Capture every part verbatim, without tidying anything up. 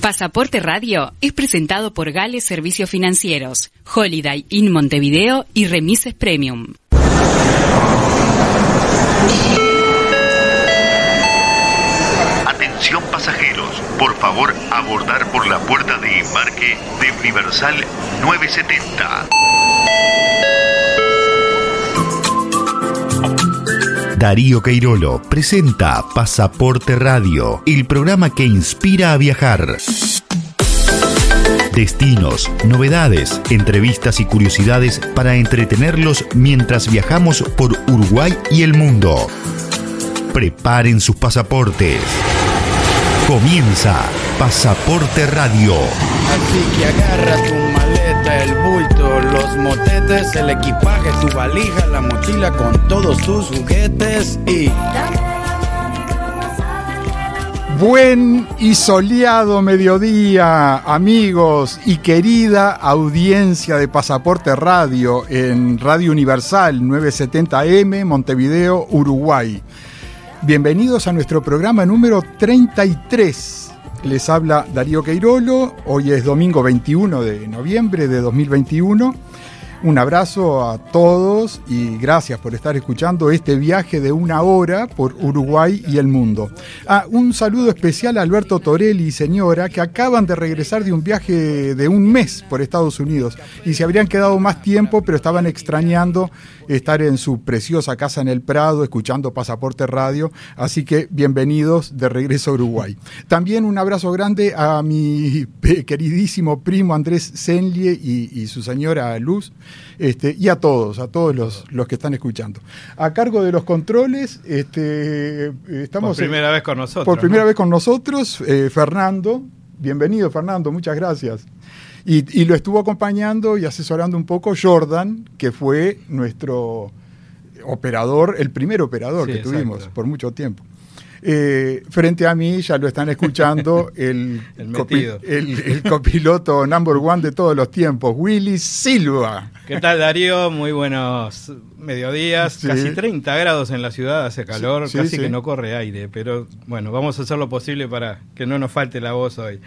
Pasaporte Radio es presentado por Gales Servicios Financieros, Holiday Inn Montevideo y Remises Premium. Atención pasajeros, por favor abordar por la puerta de embarque de Universal novecientos setenta. Darío Queirolo presenta Pasaporte Radio, el programa que inspira a viajar. Destinos, novedades, entrevistas y curiosidades para entretenerlos mientras viajamos por Uruguay y el mundo. Preparen sus pasaportes. Comienza Pasaporte Radio. Así que agarra tu maleta, el bulto, los motetes, el equipaje, tu valija, la mochila con todos tus juguetes y... Buen y soleado mediodía, amigos y querida audiencia de Pasaporte Radio en Radio Universal novecientos setenta eme, Montevideo, Uruguay. Bienvenidos a nuestro programa número treinta y tres. Les habla Darío Queirolo. Hoy es domingo veintiuno de noviembre de dos mil veintiuno. Un abrazo a todos y gracias por estar escuchando este viaje de una hora por Uruguay y el mundo. Ah, un saludo especial a Alberto Torelli y señora, que acaban de regresar de un viaje de un mes por Estados Unidos y se habrían quedado más tiempo, pero estaban extrañando estar en su preciosa casa en el Prado escuchando Pasaporte Radio, así que bienvenidos de regreso a Uruguay. También un abrazo grande a mi queridísimo primo Andrés Senlie y, y su señora Luz, este, y a todos, a todos los, los que están escuchando. A cargo de los controles, este, estamos... Por primera en, vez con nosotros. Por primera ¿no? vez con nosotros, eh, Fernando. Bienvenido, Fernando, muchas gracias. Y, y lo estuvo acompañando y asesorando un poco Jordan, que fue nuestro operador, el primer operador sí, que exacto. tuvimos por mucho tiempo. Eh, frente a mí ya lo están escuchando el, el, copi, el, el copiloto number one de todos los tiempos, Willy Silva. ¿Qué tal, Darío? Muy buenos mediodías, sí. Casi treinta grados en la ciudad, hace calor, sí, casi sí. que no corre aire, pero bueno, vamos a hacer lo posible para que no nos falte la voz hoy.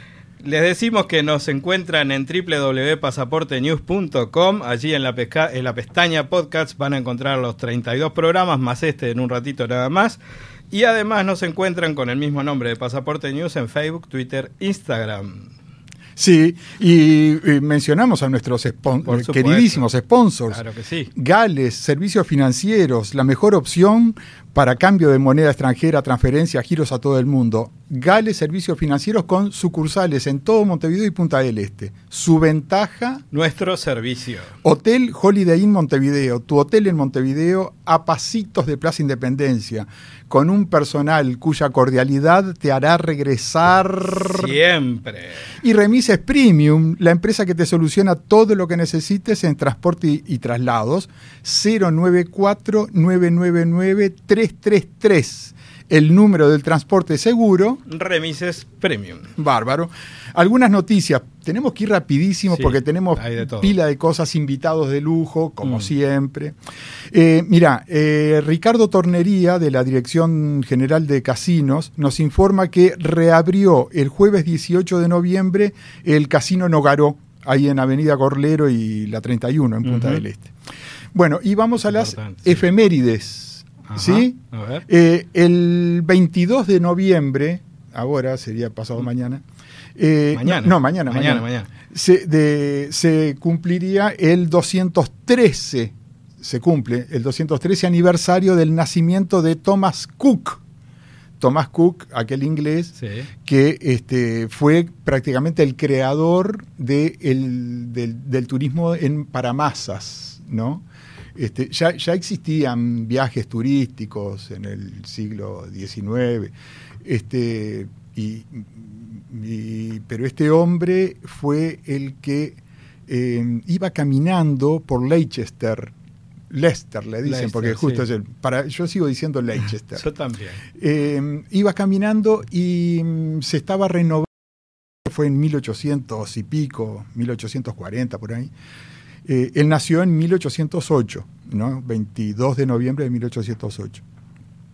Les decimos que nos encuentran en doble u doble u doble u punto pasaporte news punto com. Allí en la, pesca, en la pestaña Podcasts van a encontrar los treinta y dos programas, más este en un ratito nada más. Y además nos encuentran con el mismo nombre de Pasaporte News en Facebook, Twitter, Instagram. Sí, y, y mencionamos a nuestros spon- queridísimos sponsors. Claro que sí. Gales, Servicios Financieros, la mejor opción para cambio de moneda extranjera, transferencias, giros a todo el mundo. Gales Servicios Financieros con sucursales en todo Montevideo y Punta del Este. Su ventaja... Nuestro servicio. Hotel Holiday Inn Montevideo, tu hotel en Montevideo a pasitos de Plaza Independencia, con un personal cuya cordialidad te hará regresar... Siempre. Y Remises Premium, la empresa que te soluciona todo lo que necesites en transporte y, y traslados. cero nueve cuatro nueve nueve nueve tres tres tres. El número del transporte seguro. Remises Premium. Bárbaro. Algunas noticias. Tenemos que ir rapidísimo sí, porque tenemos de pila de cosas, invitados de lujo, como mm. siempre. Eh, mira, eh, Ricardo Tornería, de la Dirección General de Casinos, nos informa que reabrió el jueves dieciocho de noviembre el Casino Nogaró, ahí en Avenida Corlero y la treinta y uno, en Punta uh-huh. del Este. Bueno, y vamos a las sí. efemérides. Ajá, ¿sí? A ver. Eh, el veintidós de noviembre, ahora sería pasado mañana. Eh, mañana. No, no mañana, mañana. mañana. mañana. Se, de, se cumpliría el doscientos trece, se cumple el doscientos trece aniversario del nacimiento de Thomas Cook. Thomas Cook, aquel inglés, sí. que este, fue prácticamente el creador de el, del, del turismo en, para masas, ¿no? Este, ya, ya existían viajes turísticos en el siglo diecinueve, este, y, y, pero este hombre fue el que eh, iba caminando por Leicester, Leicester le dicen, Leicester, porque justo sí. es el, para, yo sigo diciendo Leicester. Yo también. Eh, iba caminando y um, se estaba renovando, fue en mil ochocientos y pico, mil ochocientos cuarenta por ahí. Eh, él nació en mil ochocientos ocho, ¿no? veintidós de noviembre de mil ochocientos ocho.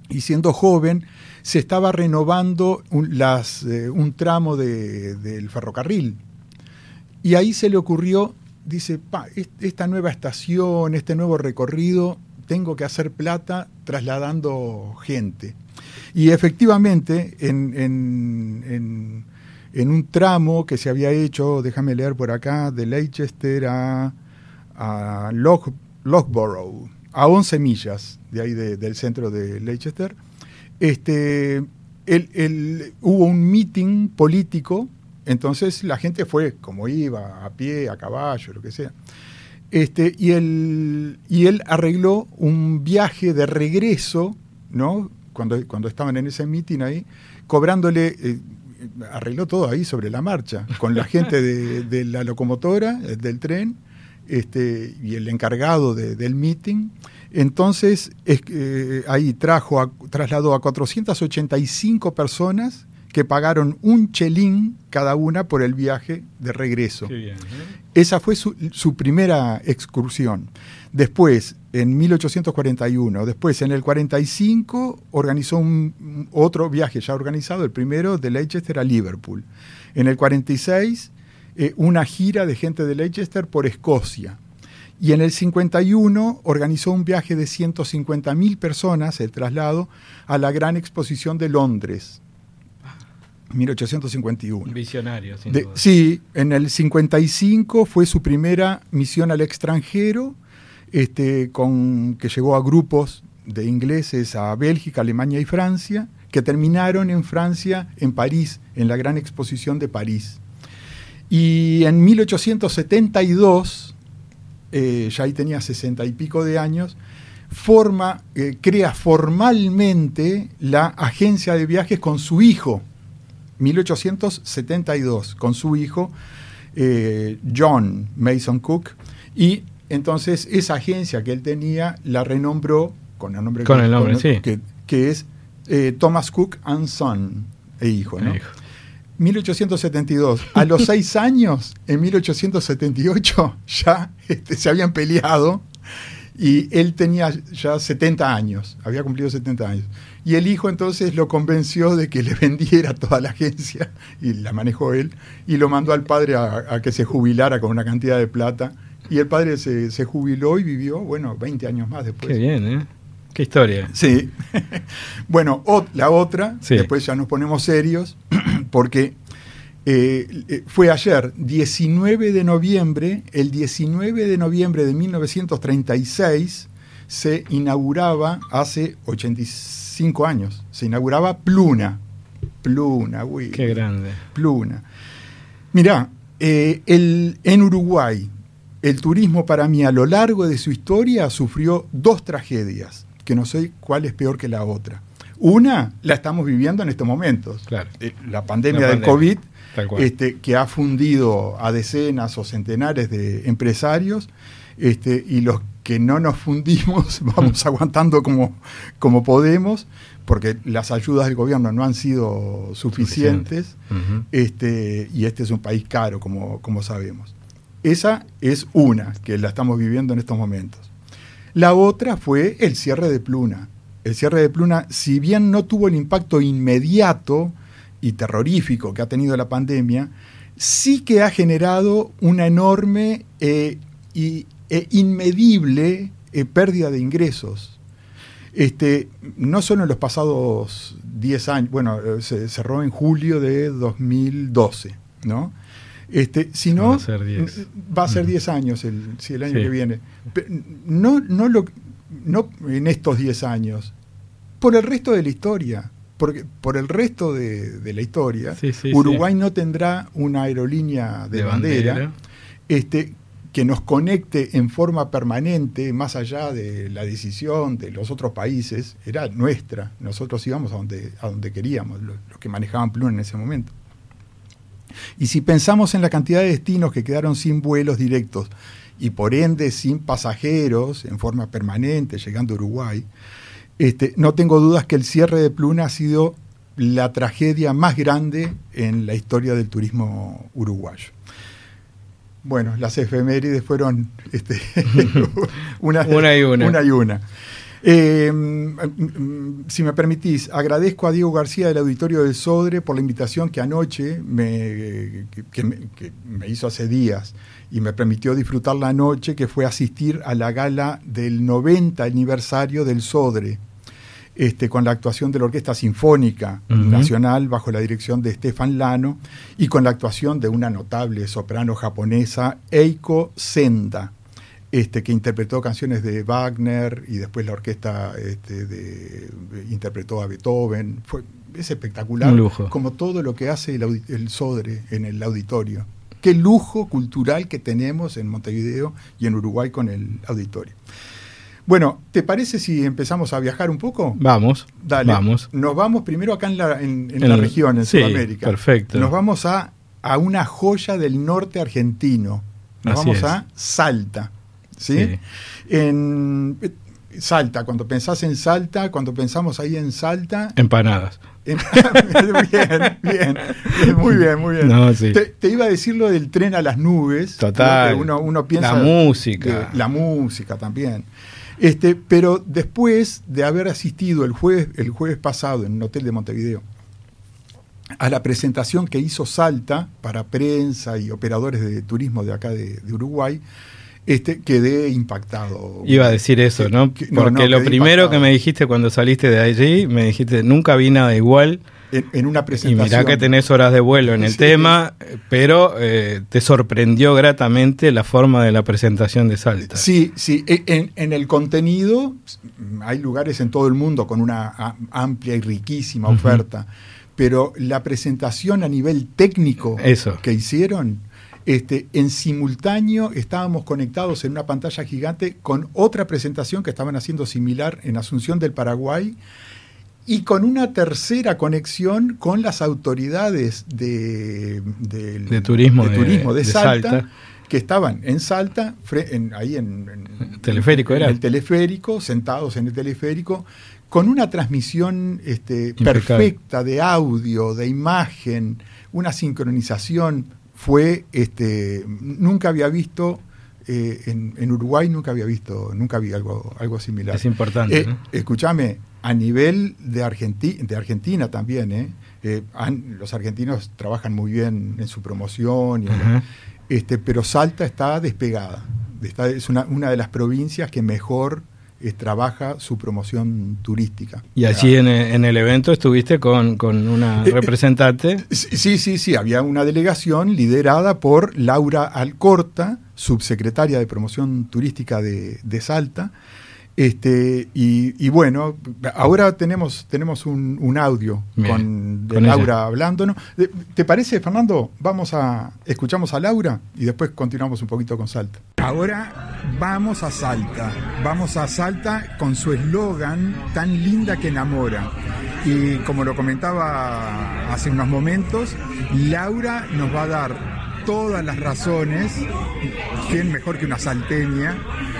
y siendo joven se estaba renovando un, las, eh, un tramo de, del ferrocarril. Y ahí se le ocurrió, dice, pa, esta nueva estación, este nuevo recorrido, tengo que hacer plata trasladando gente. Y efectivamente, en, en, en, en un tramo que se había hecho, déjame leer por acá, de Leicester a, a Loch, Loughborough, a once millas de ahí de, del centro de Leicester, este, el, el, hubo un meeting político. Entonces la gente fue como iba, a pie, a caballo, lo que sea. Este, y, él, y él arregló un viaje de regreso, ¿no? Cuando, cuando estaban en ese meeting ahí, cobrándole, eh, arregló todo ahí sobre la marcha, con la gente de, de la locomotora, del tren, este, y el encargado de, del meeting. Entonces es, eh, ahí trajo a, trasladó a cuatrocientas ochenta y cinco personas que pagaron un chelín cada una por el viaje de regreso. Qué bien, ¿eh? Esa fue su, su primera excursión. Después, en mil ochocientos cuarenta y uno, después en el cuarenta y cinco organizó un, otro viaje ya organizado, el primero de Leicester a Liverpool. En el cuarenta y seis, eh, una gira de gente de Leicester por Escocia. Y en el cincuenta y uno organizó un viaje de ciento cincuenta mil personas, el traslado, a la Gran Exposición de Londres. mil ochocientos cincuenta y uno. Visionario, sin de, duda. Sí, en el cincuenta y cinco fue su primera misión al extranjero, este, con, que llegó a grupos de ingleses a Bélgica, Alemania y Francia, que terminaron en Francia, en París, en la Gran Exposición de París. Y en mil ochocientos setenta y dos, eh, ya ahí tenía sesenta y pico de años, forma, eh, crea formalmente la agencia de viajes con su hijo, mil ochocientos setenta y dos, con su hijo eh, John Mason Cook, y entonces esa agencia que él tenía la renombró con el nombre, con que, el nombre con, sí. que, que es eh, Thomas Cook and Son, e hijo, ¿no? E hijo. mil ochocientos setenta y dos. A los seis años, en mil ochocientos setenta y ocho, ya este, se habían peleado y él tenía ya setenta años, había cumplido setenta años. Y el hijo entonces lo convenció de que le vendiera toda la agencia, y la manejó él, y lo mandó al padre a, a que se jubilara con una cantidad de plata. Y el padre se, se jubiló y vivió, bueno, veinte años más después. Qué bien, ¿eh? Qué historia. Sí. Bueno, o, la otra, sí. Después ya nos ponemos serios, porque eh, fue ayer, diecinueve de noviembre, el diecinueve de noviembre de mil novecientos treinta y seis, se inauguraba, hace ochenta y cinco años, se inauguraba Pluna. Pluna, güey. Qué grande. Pluna. Mirá, eh, el, en Uruguay, el turismo para mí a lo largo de su historia sufrió dos tragedias, que no sé cuál es peor que la otra. Una la estamos viviendo en estos momentos. Claro. Eh, la pandemia la del pandemia, COVID, tal cual. Este, que ha fundido a decenas o centenares de empresarios, este, y los que no nos fundimos vamos aguantando como, como podemos, porque las ayudas del gobierno no han sido suficientes. Suficiente. Uh-huh. este, y este es un país caro, como, como sabemos. Esa es una, que la estamos viviendo en estos momentos. La otra fue el cierre de Pluna. El cierre de Pluna, si bien no tuvo el impacto inmediato y terrorífico que ha tenido la pandemia, sí que ha generado una enorme eh, y, e inmedible eh, pérdida de ingresos. Este, no solo en los pasados diez años, bueno, se cerró en julio de dos mil doce, ¿no? Este, sino, va a ser diez. Va a ser diez años el, sí, el año sí. que viene. No, no, lo, no en estos diez años, por el resto de la historia. Porque por el resto de, de la historia, sí, sí, Uruguay sí. no tendrá una aerolínea de, de bandera, bandera. Este, que nos conecte en forma permanente, más allá de la decisión de los otros países, era nuestra. Nosotros íbamos a donde, a donde queríamos, los, los que manejaban Pluna en ese momento. Y si pensamos en la cantidad de destinos que quedaron sin vuelos directos y por ende sin pasajeros en forma permanente llegando a Uruguay, este, no tengo dudas que el cierre de Pluna ha sido la tragedia más grande en la historia del turismo uruguayo. Bueno, las efemérides fueron este, una, una y una. una y una. Eh, si me permitís, agradezco a Diego García del Auditorio del Sodre por la invitación que anoche me, que, que me, que me hizo hace días y me permitió disfrutar la noche, que fue asistir a la gala del noventa aniversario del Sodre, este, con la actuación de la Orquesta Sinfónica uh-huh. Nacional bajo la dirección de Stefan Lano y con la actuación de una notable soprano japonesa, Eiko Senda. Este, que interpretó canciones de Wagner y después la orquesta este, de, interpretó a Beethoven. Fue, es espectacular, un lujo. Como todo lo que hace el, el Sodre en el auditorio. Qué lujo cultural que tenemos en Montevideo y en Uruguay con el auditorio. Bueno, ¿te parece si empezamos a viajar un poco? Vamos, Dale. Vamos. Nos vamos primero acá en la, en, en en la el, región, en sí, Sudamérica. Perfecto. Nos vamos a, a una joya del norte argentino. Nos Así vamos es. a Salta. ¿Sí? Sí. En Salta, cuando pensás en Salta, cuando pensamos ahí en Salta... Empanadas. En, bien, bien, muy bien, muy bien. No, sí. te, te iba a decir lo del tren a las nubes. Total. ¿No? Uno, uno piensa la música. De, la música también. Este, pero después de haber asistido el jueves, el jueves pasado en un hotel de Montevideo a la presentación que hizo Salta para prensa y operadores de turismo de acá de, de Uruguay, Este, quedé impactado. Iba a decir eso, que, ¿no? Que, Porque no, no, lo primero impactado. que me dijiste cuando saliste de allí, me dijiste, nunca vi nada igual. En, en una presentación. Y mirá que tenés horas de vuelo en el sí. tema, pero eh, te sorprendió gratamente la forma de la presentación de Salta. Sí, sí. En, en el contenido, hay lugares en todo el mundo con una a, amplia y riquísima uh-huh. oferta, pero la presentación a nivel técnico eso. que hicieron... Este, en simultáneo estábamos conectados en una pantalla gigante con otra presentación que estaban haciendo similar en Asunción del Paraguay y con una tercera conexión con las autoridades de, de, de turismo de, de, turismo de, de Salta, Salta, que estaban en Salta, en, ahí en, en, teleférico en era. el teleférico, sentados en el teleférico, con una transmisión este, perfecta de audio, de imagen, una sincronización. Fue, este, nunca había visto, eh, en, en Uruguay nunca había visto, nunca vi algo, algo similar. Es importante, eh, ¿no? Escúchame, a nivel de, Argenti- de Argentina también, ¿eh? Eh, han, los argentinos trabajan muy bien en su promoción, y en, este, pero Salta está despegada. Está, es una, una de las provincias que mejor Eh, trabaja su promoción turística. Y allí en el, en el evento estuviste con, con una eh, representante. Sí, sí, sí, había una delegación liderada por Laura Alcorta, subsecretaria de Promoción Turística de, de Salta. Este, y, y bueno, ahora tenemos, tenemos un, un audio Bien, con, de con Laura ella. hablándonos. ¿Te parece, Fernando? Vamos a, escuchamos a Laura y después continuamos un poquito con Salta. Ahora vamos a Salta, vamos a Salta con su eslogan tan linda que enamora. Y como lo comentaba hace unos momentos, Laura nos va a dar todas las razones, quién mejor que una salteña,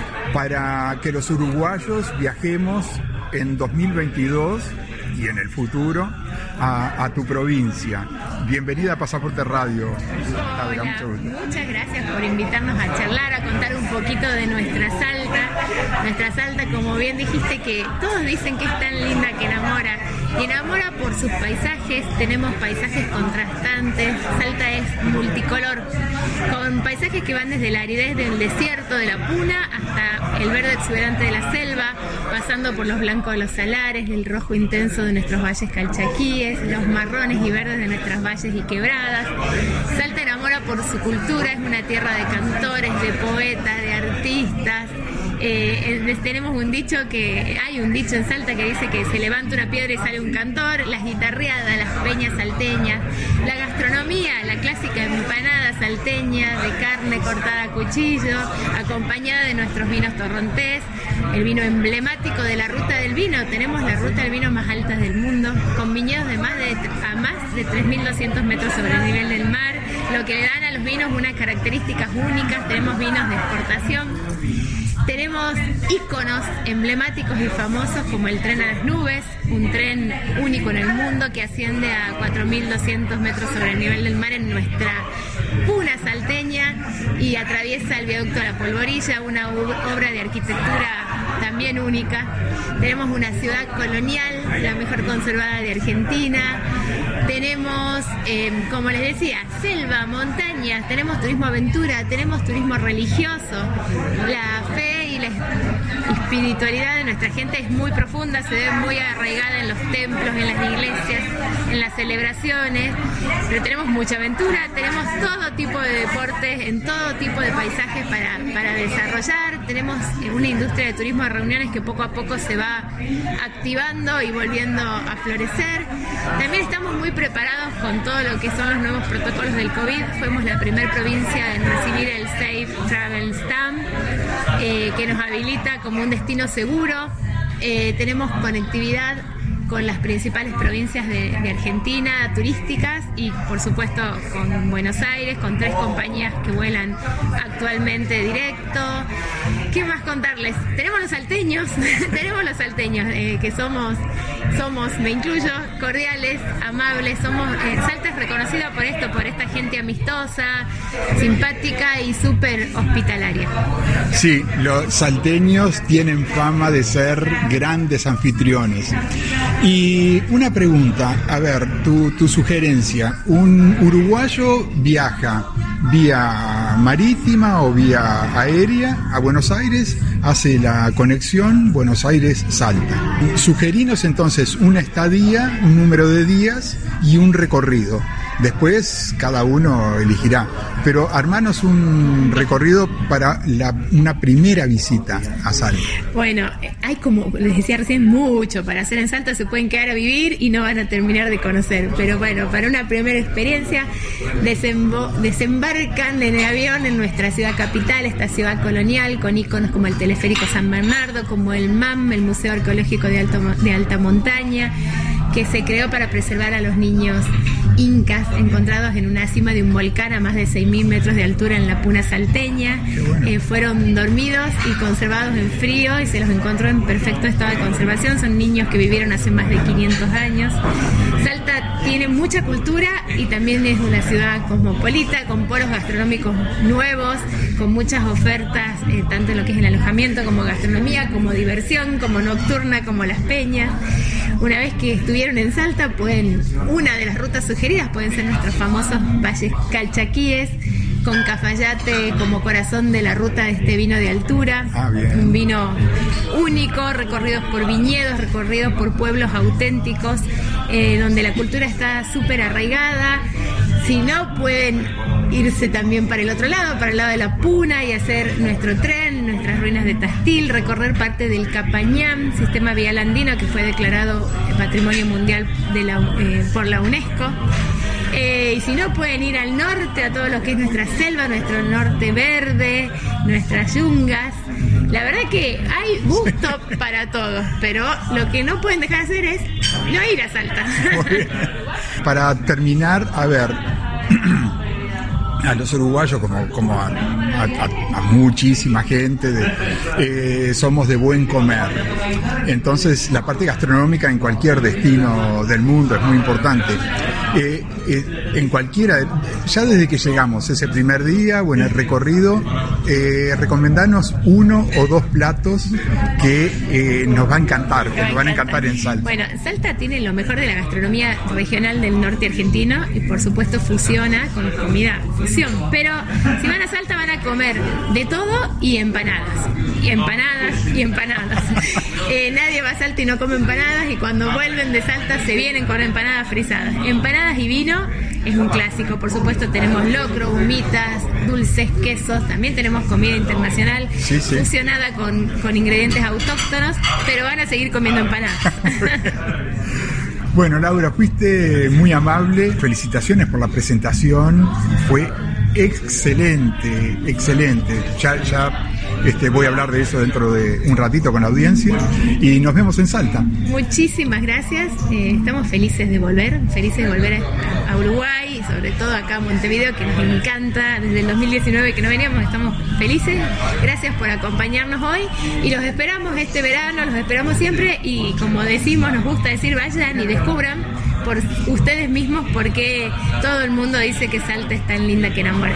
para que los uruguayos viajemos en dos mil veintidós y en el futuro a, a tu provincia. Bienvenida a Pasaporte Radio. Hola, muchas gracias por invitarnos a charlar, a contar un poquito de nuestra Salta. Nuestra Salta, como bien dijiste, que todos dicen que es tan linda que enamora. Y enamora por sus paisajes, tenemos paisajes contrastantes, Salta es multicolor, con paisajes que van desde la aridez del desierto de la Puna hasta el verde exuberante de la selva, pasando por los blancos de los salares, el rojo intenso de nuestros valles calchaquíes, los marrones y verdes de nuestras valles y quebradas. Salta enamora por su cultura, es una tierra de cantores, de poetas, de artistas. Eh, tenemos un dicho que hay un dicho en Salta que dice que se levanta una piedra y sale un cantor, las guitarreadas, las peñas salteñas, la gastronomía, la clásica empanada salteña de carne cortada a cuchillo, acompañada de nuestros vinos torrontés, el vino emblemático de la ruta del vino. Tenemos la ruta del vino más alta del mundo, con viñedos de más de a más de tres mil doscientos metros sobre el nivel del mar, lo que le dan a los vinos unas características únicas. Tenemos vinos de exportación, tenemos íconos emblemáticos y famosos como el tren a las nubes, un tren único en el mundo que asciende a cuatro mil doscientos metros sobre el nivel del mar en nuestra puna salteña y atraviesa el viaducto de la Polvorilla, una obra de arquitectura también única. Tenemos una ciudad colonial, la mejor conservada de Argentina. Tenemos, eh, como les decía, selva, montañas, tenemos turismo aventura, tenemos turismo religioso. La fe y la espiritualidad de nuestra gente es muy profunda, se ve muy arraigada en los templos, en las iglesias, en las celebraciones, pero tenemos mucha aventura, tenemos todo tipo de deportes, en todo tipo de paisajes para, para desarrollar. Tenemos una industria de turismo de reuniones que poco a poco se va activando y volviendo a florecer. También estamos muy preparados con todo lo que son los nuevos protocolos del COVID. Fuimos la primera provincia en recibir el Safe Travel Stamp, eh, que nos habilita como un destino seguro. Eh, tenemos conectividad con las principales provincias de, de Argentina, turísticas, y por supuesto con Buenos Aires, con tres compañías que vuelan actualmente directo. ¿Qué más contarles? Tenemos los salteños, tenemos los salteños, eh, que somos, somos, me incluyo, cordiales, amables, somos, eh, Salta es reconocida por esto, por esta gente amistosa, simpática y súper hospitalaria. Sí, los salteños tienen fama de ser grandes anfitriones. Y una pregunta, a ver, tu, tu sugerencia, ¿un uruguayo viaja vía marítima o vía aérea a Buenos Aires, hace la conexión Buenos Aires-Salta? Sugerinos entonces una estadía, un número de días y un recorrido. Después cada uno elegirá, pero armanos un recorrido para la, una primera visita a Salta. Bueno, hay, como les decía recién, mucho para hacer en Salta. Se pueden quedar a vivir y no van a terminar de conocer, pero bueno, para una primera experiencia desembo- desembarcan en el avión en nuestra ciudad capital, esta ciudad colonial con íconos como el teleférico San Bernardo, como el M A M, el Museo Arqueológico de, Alto, de Alta Montaña, que se creó para preservar a los niños incas encontrados en una cima de un volcán a más de seis mil metros de altura en la puna salteña. Bueno. Eh, fueron dormidos y conservados en frío y se los encontró en perfecto estado de conservación. Son niños que vivieron hace más de quinientos años. Salta tiene mucha cultura y también es una ciudad cosmopolita, con polos gastronómicos nuevos, con muchas ofertas, eh, tanto en lo que es el alojamiento como gastronomía, como diversión, como nocturna, como las peñas. Una vez que estuvieron en Salta, pueden, una de las rutas sugeridas pueden ser nuestros famosos valles calchaquíes, con Cafayate como corazón de la ruta de este vino de altura. Ah, bien. Un vino único, recorridos por viñedos, recorridos por pueblos auténticos, eh, donde la cultura está súper arraigada. Si no, pueden irse también para el otro lado, para el lado de la Puna, y hacer nuestro tren, nuestras ruinas de Tastil, recorrer parte del Capañán, sistema vial andino que fue declarado Patrimonio Mundial de la, eh, por la UNESCO. Eh, y si no, pueden ir al norte, a todo lo que es nuestra selva, nuestro norte verde, nuestras yungas. La verdad que hay gusto para todos, pero lo que no pueden dejar de hacer es no ir a Salta. Para terminar, a ver, a los uruguayos, como, como a, a, a muchísima gente, de, eh, somos de buen comer. Entonces, la parte gastronómica en cualquier destino del mundo es muy importante. Eh, eh, en cualquiera, ya desde que llegamos ese primer día o en el recorrido, eh, recomendanos uno o dos platos que eh, nos va a encantar, que nos van a encantar en Salta. Bueno, Salta tiene lo mejor de la gastronomía regional del norte argentino y por supuesto fusiona con comida fusión, pero si van a Salta van a comer de todo y empanadas, y empanadas y empanadas. Eh, nadie va a Salta y no come empanadas, y cuando vuelven de Salta se vienen con empanadas frisadas. Empanadas y vino es un clásico. Por supuesto tenemos locro, humitas, dulces, quesos. También tenemos comida internacional, sí, sí, fusionada con, con ingredientes autóctonos, pero van a seguir comiendo empanadas. Bueno, Laura, fuiste muy amable. Felicitaciones por la presentación. Fue excelente, excelente. Ya, ya este, voy a hablar de eso dentro de un ratito con la audiencia. Y nos vemos en Salta. Muchísimas gracias. Eh, estamos felices de volver, felices de volver a, a Uruguay. sobre todo acá en Montevideo, que nos encanta. Desde el dos mil diecinueve que no veníamos, estamos felices. Gracias por acompañarnos hoy y los esperamos este verano, los esperamos siempre, y como decimos, nos gusta decir, vayan y descubran por ustedes mismos por qué todo el mundo dice que Salta es tan linda que enamora.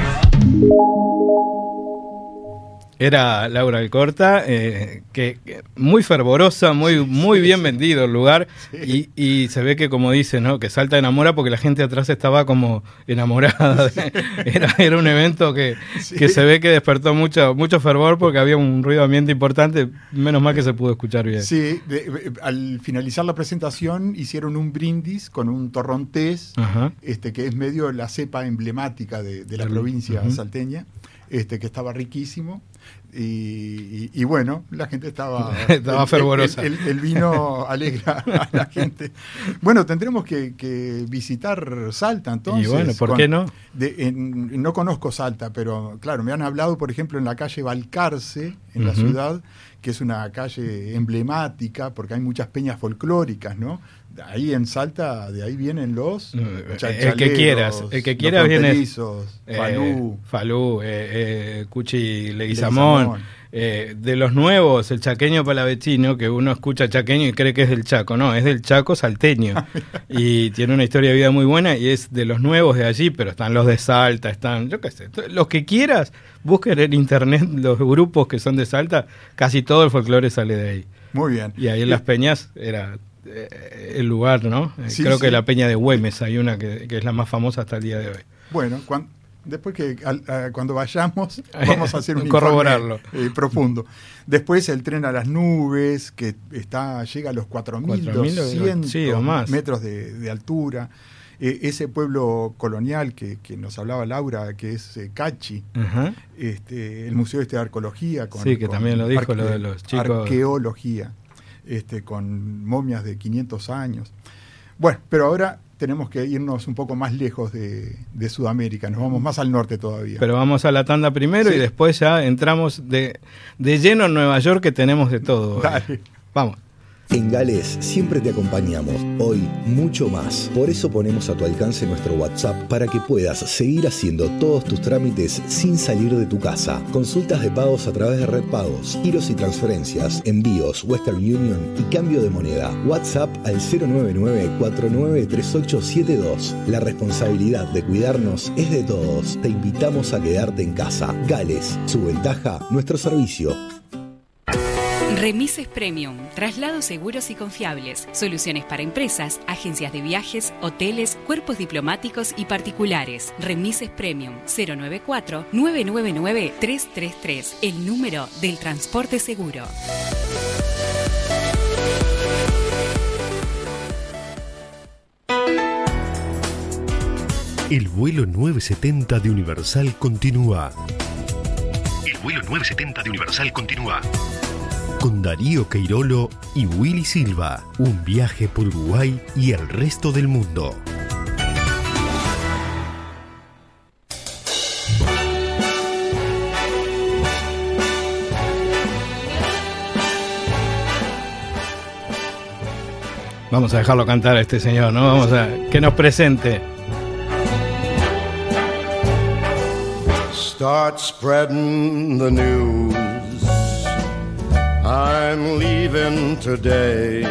Era Laura Alcorta, eh, que, que muy fervorosa, muy sí, muy sí, bien sí. vendido el lugar, sí. y, y se ve que, como dice, ¿no?, que Salta enamora porque la gente atrás estaba como enamorada. Sí. Era, era un evento que, sí. que se ve que despertó mucho, mucho fervor porque había un ruido ambiente importante, menos mal que se pudo escuchar bien. Sí, de, de, al finalizar la presentación hicieron un brindis con un torrontés, este, que es medio la cepa emblemática de, de la el, provincia uh-huh. salteña. Este, que estaba riquísimo y, y, y bueno, la gente estaba estaba el, fervorosa. El, el, el vino alegra a la gente. Bueno, tendremos que, que visitar Salta entonces. Y bueno, ¿por con, qué no? De, en, no conozco Salta, pero claro, me han hablado, por ejemplo, en la calle Balcarce, en uh-huh. la ciudad, que es una calle emblemática porque hay muchas peñas folclóricas, ¿no? Ahí en Salta, de ahí vienen los el que quieras, el que quieras viene eh, Falú, Falú, eh, eh, Cuchi Leguizamón, eh, de los nuevos, el chaqueño palavecino, que uno escucha chaqueño y cree que es del Chaco, no, es del Chaco salteño y tiene una historia de vida muy buena y es de los nuevos de allí, pero están los de Salta, están, yo qué sé, los que quieras, busquen en internet los grupos que son de Salta, casi todo el folclore sale de ahí. Muy bien. Y ahí en Las Peñas era el lugar, ¿no? Sí, Creo sí. que la Peña de Güemes hay una que, que es la más famosa hasta el día de hoy. Bueno, cuando, después que al, a, cuando vayamos vamos a hacer un corroborarlo informe, eh, profundo. Después el tren a las nubes, que está llega a los cuatro mil doscientos sí, metros de, de altura. Eh, ese pueblo colonial que, que nos hablaba Laura, que es eh, Cachi, uh-huh. este, el Museo este de Arqueología. Con, sí, que con también lo dijo, arque, lo de los chicos. Arqueología. Este, con momias de quinientos años. Bueno, pero ahora tenemos que irnos un poco más lejos de, de Sudamérica, nos vamos más al norte todavía. Pero vamos a la tanda primero sí. y después ya entramos de, de lleno en Nueva York, que tenemos de todo. Dale. Vamos. En Gales siempre te acompañamos, hoy mucho más. Por eso ponemos a tu alcance nuestro WhatsApp para que puedas seguir haciendo todos tus trámites sin salir de tu casa. Consultas de pagos a través de Red Pagos, giros y transferencias, envíos, Western Union y cambio de moneda. WhatsApp al cero nueve nueve cuatro nueve tres ocho siete dos. La responsabilidad de cuidarnos es de todos. Te invitamos a quedarte en casa. Gales, su ventaja, nuestro servicio. Remises Premium, traslados seguros y confiables, soluciones para empresas, agencias de viajes, hoteles, cuerpos diplomáticos y particulares. Remises Premium, cero nueve cuatro nueve nueve nueve tres tres tres, el número del transporte seguro. El vuelo nueve setenta de Universal continúa. El vuelo nueve setenta de Universal continúa. Con Darío Queirolo y Willy Silva. Un viaje por Uruguay y el resto del mundo. Vamos a dejarlo cantar a este señor, ¿no? Vamos a que nos presente. Start spreading the news. I'm leaving today.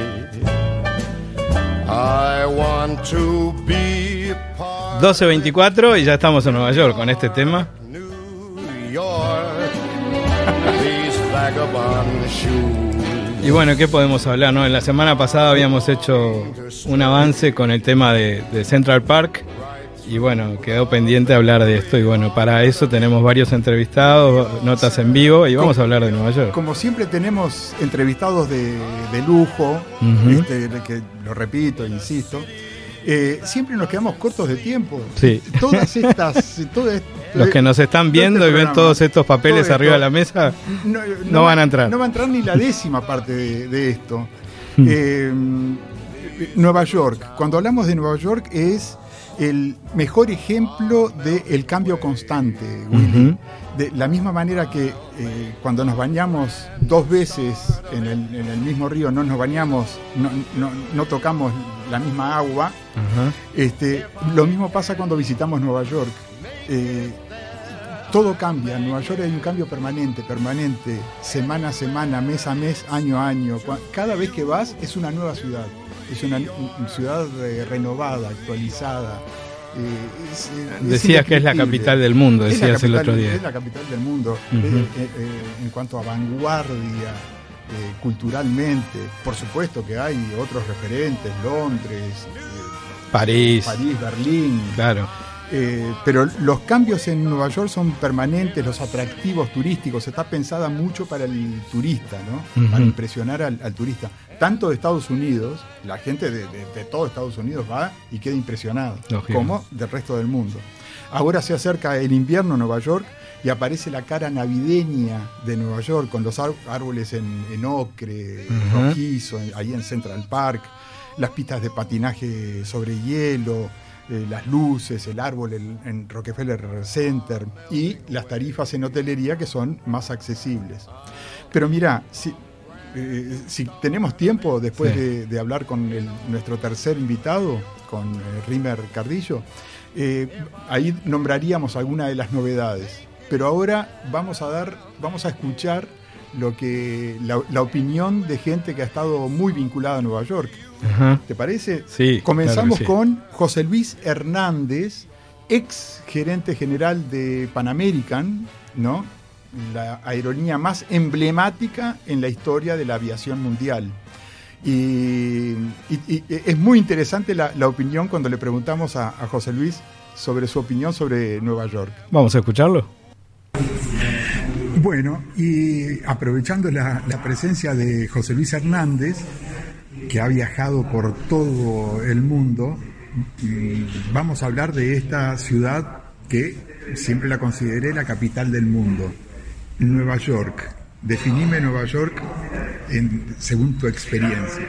I want to be part doce veinticuatro y ya estamos en Nueva York con este tema. New York, these vagabond shoes. Y bueno, ¿qué podemos hablar, no? En la semana pasada habíamos hecho un avance con el tema de, de Central Park. Y bueno, quedó pendiente hablar de esto y bueno, para eso tenemos varios entrevistados, notas en vivo y vamos como, a hablar de Nueva York. Como siempre tenemos entrevistados de, de lujo, uh-huh. este, que lo repito, insisto, eh, siempre nos quedamos cortos de tiempo. Sí. Todas estas... todas, Los que nos están viendo este y ven todos estos papeles todo arriba esto, de la mesa, no, no, no van a entrar. No va a entrar ni la décima parte de, de esto. eh, Nueva York, cuando hablamos de Nueva York es... el mejor ejemplo del cambio constante, Willy. Uh-huh. De la misma manera que eh, cuando nos bañamos dos veces en el, en el mismo río, no nos bañamos, no, no, no tocamos la misma agua, uh-huh. este, lo mismo pasa cuando visitamos Nueva York. Eh, todo cambia, en Nueva York hay un cambio permanente, permanente, semana a semana, mes a mes, año a año. Cada vez que vas es una nueva ciudad, es una, una ciudad eh, renovada, actualizada. Eh, es, es Decías que es la capital del mundo, decías capital, el otro día. Es la capital del mundo, uh-huh. eh, eh, eh, en cuanto a vanguardia, eh, culturalmente. Por supuesto que hay otros referentes, Londres, eh, París, París, Berlín. Claro. Eh, pero los cambios en Nueva York son permanentes, los atractivos turísticos, está pensada mucho para el turista, ¿no? Uh-huh. Para impresionar al, al turista. Tanto de Estados Unidos, la gente de, de, de todo Estados Unidos va y queda impresionada, Lógico. Como del resto del mundo. Ahora se acerca el invierno en Nueva York y aparece la cara navideña de Nueva York, con los árboles en, en ocre, uh-huh. rojizo, ahí en Central Park, las pistas de patinaje sobre hielo, Eh, las luces, el árbol en, en Rockefeller Center y las tarifas en hotelería que son más accesibles. Pero mira, si, eh, si tenemos tiempo después sí. de, de hablar con el, nuestro tercer invitado, con eh, Rimer Cardillo, eh, ahí nombraríamos algunas de las novedades. Pero ahora vamos a dar, vamos a escuchar lo que la, la opinión de gente que ha estado muy vinculada a Nueva York. Uh-huh. ¿Te parece? Sí. Comenzamos claro sí. con José Luis Hernández, ex gerente general de Pan American, ¿no? La aerolínea más emblemática en la historia de la aviación mundial. Y, y, y es muy interesante la, la opinión cuando le preguntamos a, a José Luis sobre su opinión sobre Nueva York. Vamos a escucharlo. Bueno, y aprovechando la, la presencia de José Luis Hernández, que ha viajado por todo el mundo, vamos a hablar de esta ciudad que siempre la consideré la capital del mundo, Nueva York. Definime Nueva York en, según tu experiencia.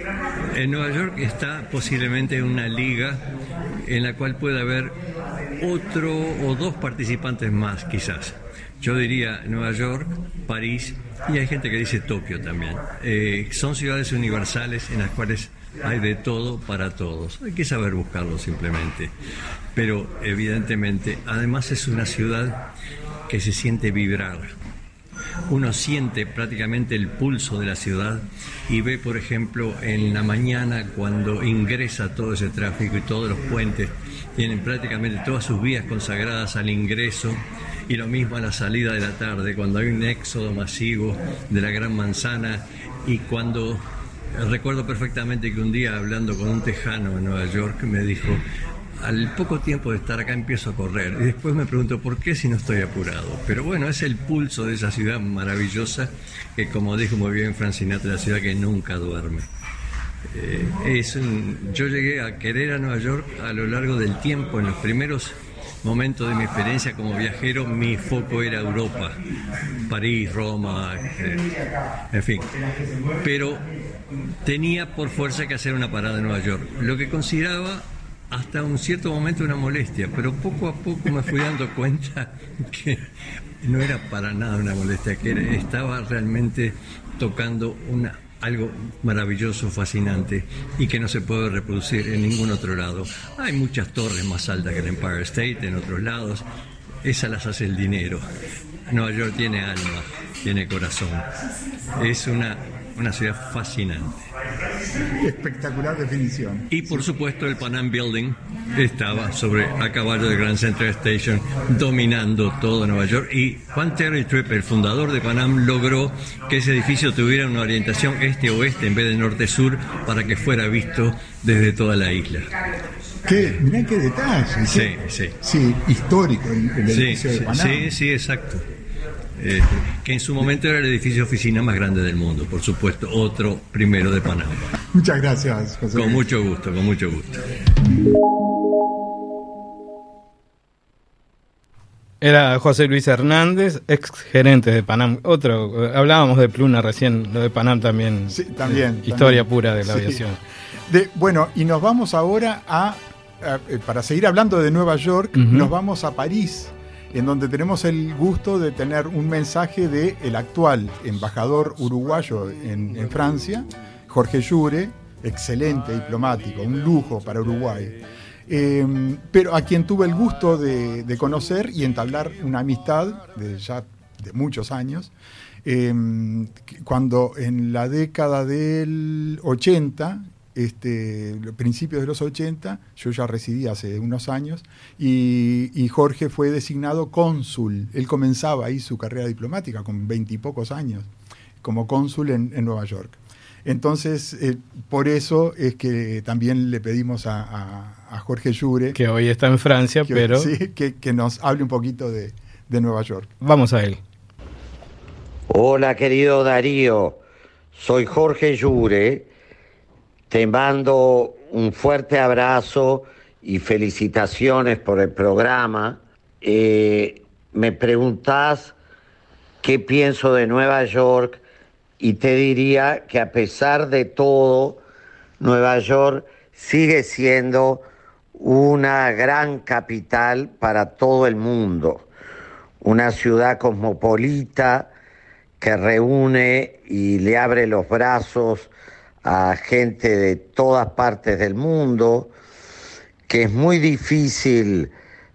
En Nueva York está posiblemente una liga en la cual puede haber otro o dos participantes más, quizás. Yo diría Nueva York, París, y hay gente que dice Tokio también. Eh, son ciudades universales en las cuales hay de todo para todos. Hay que saber buscarlo simplemente. Pero evidentemente, además es una ciudad que se siente vibrar. Uno siente prácticamente el pulso de la ciudad y ve, por ejemplo, en la mañana cuando ingresa todo ese tráfico y todos los puentes tienen prácticamente todas sus vías consagradas al ingreso, y lo mismo a la salida de la tarde, cuando hay un éxodo masivo de la Gran Manzana. Y cuando recuerdo perfectamente que un día, hablando con un tejano en Nueva York, me dijo: al poco tiempo de estar acá empiezo a correr, y después me pregunto por qué si no estoy apurado. Pero bueno, es el pulso de esa ciudad maravillosa que, como dijo muy bien Frank Sinatra, la ciudad que nunca duerme. Eh, es un, yo llegué a querer a Nueva York a lo largo del tiempo. En los primeros momentos de mi experiencia como viajero, mi foco era Europa, París, Roma, eh, en fin. Pero tenía por fuerza que hacer una parada en Nueva York, lo que consideraba hasta un cierto momento una molestia, pero poco a poco me fui dando cuenta que no era para nada una molestia, que era, estaba realmente tocando una, algo maravilloso, fascinante, y que no se puede reproducir en ningún otro lado. Hay muchas torres más altas que el Empire State en otros lados, esas las hace el dinero. Nueva York tiene alma, tiene corazón, es una, una ciudad fascinante. Espectacular definición. Y por supuesto el Pan Am Building estaba sobre a caballo de Grand Central Station, dominando todo Nueva York, y Juan Terry Tripp, el fundador de Pan Am, logró que ese edificio tuviera una orientación este-oeste en vez de norte-sur, para que fuera visto desde toda la isla. ¿Qué? Mirá qué detalle. Sí, ¿qué? sí. Sí, histórico el, el sí, edificio sí, de Pan Am. Sí, sí, exacto. Eh, que en su momento era el edificio oficina más grande del mundo, por supuesto, otro primero de Panamá. Muchas gracias, José Luis. Con mucho gusto, con mucho gusto. Era José Luis Hernández, ex gerente de Pan Am. Otro, hablábamos de Pluna recién, lo de Pan Am también. Sí, también. Historia también. pura de la Sí. aviación. De, bueno, y nos vamos ahora a eh, para seguir hablando de Nueva York, uh-huh. nos vamos a París, en donde tenemos el gusto de tener un mensaje del actual embajador uruguayo en, en Francia, Jorge Llure, excelente diplomático, un lujo para Uruguay. Eh, pero a quien tuve el gusto de, de conocer y entablar una amistad de ya de muchos años, eh, cuando en la década del ochenta, este, principios de los ochenta, yo ya residí hace unos años, y, y Jorge fue designado cónsul. Él comenzaba ahí su carrera diplomática con veintipocos años, como cónsul en, en Nueva York. Entonces, eh, por eso es que también le pedimos a, a, a Jorge Llure, que hoy está en Francia, que, pero... Sí, que, que nos hable un poquito de, de Nueva York. Vamos a él. Hola, querido Darío. Soy Jorge Llure. Te mando un fuerte abrazo y felicitaciones por el programa. Eh, me preguntás qué pienso de Nueva York y te diría que a pesar de todo, Nueva York sigue siendo una gran capital para todo el mundo. Una ciudad cosmopolita que reúne y le abre los brazos a gente de todas partes del mundo, que es muy difícil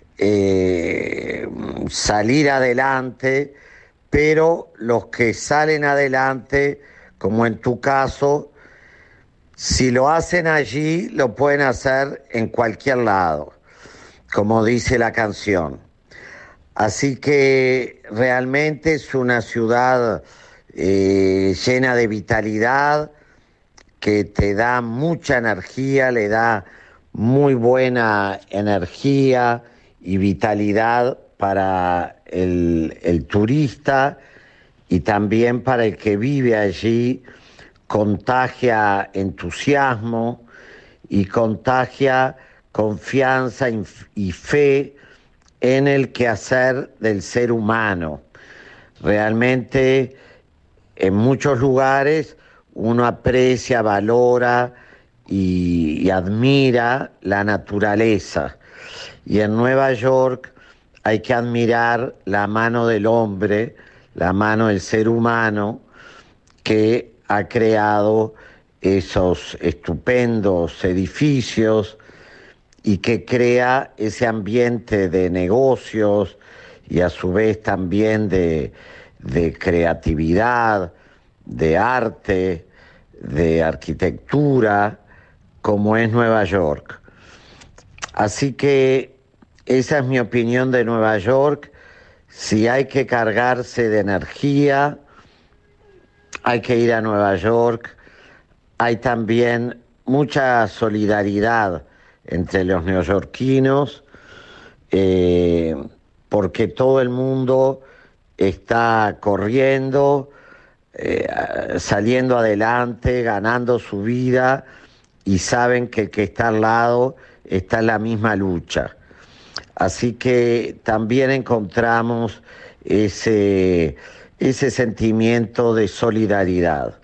eh, salir adelante, pero los que salen adelante, como en tu caso, si lo hacen allí, lo pueden hacer en cualquier lado, como dice la canción. Así que realmente es una ciudad eh, llena de vitalidad, que te da mucha energía, le da muy buena energía y vitalidad para el, el turista y también para el que vive allí. Contagia entusiasmo y contagia confianza y fe en el quehacer del ser humano. Realmente en muchos lugares uno aprecia, valora y, y admira la naturaleza. Y en Nueva York hay que admirar la mano del hombre, la mano del ser humano que ha creado esos estupendos edificios y que crea ese ambiente de negocios y a su vez también de, de creatividad, de arte, de arquitectura, como es Nueva York. Así que esa es mi opinión de Nueva York. Si hay que cargarse de energía, hay que ir a Nueva York. Hay también mucha solidaridad entre los neoyorquinos, eh, porque todo el mundo está corriendo, eh, saliendo adelante, ganando su vida, y saben que el que está al lado está en la misma lucha. Así que también encontramos ese, ese sentimiento de solidaridad.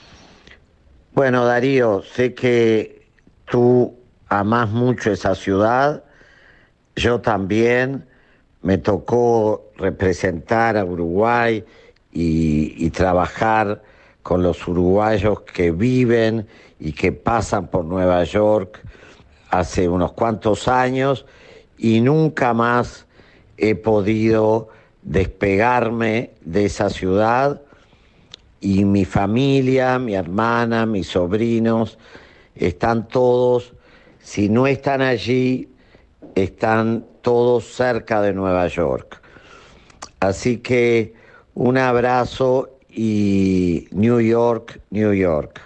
Bueno, Darío, sé que tú amás mucho esa ciudad, yo también. Me tocó representar a Uruguay y, y trabajar con los uruguayos que viven y que pasan por Nueva York hace unos cuantos años, y nunca más he podido despegarme de esa ciudad, y mi familia, mi hermana, mis sobrinos, están todos, si no están allí, están todos cerca de Nueva York. Así que un abrazo y New York, New York.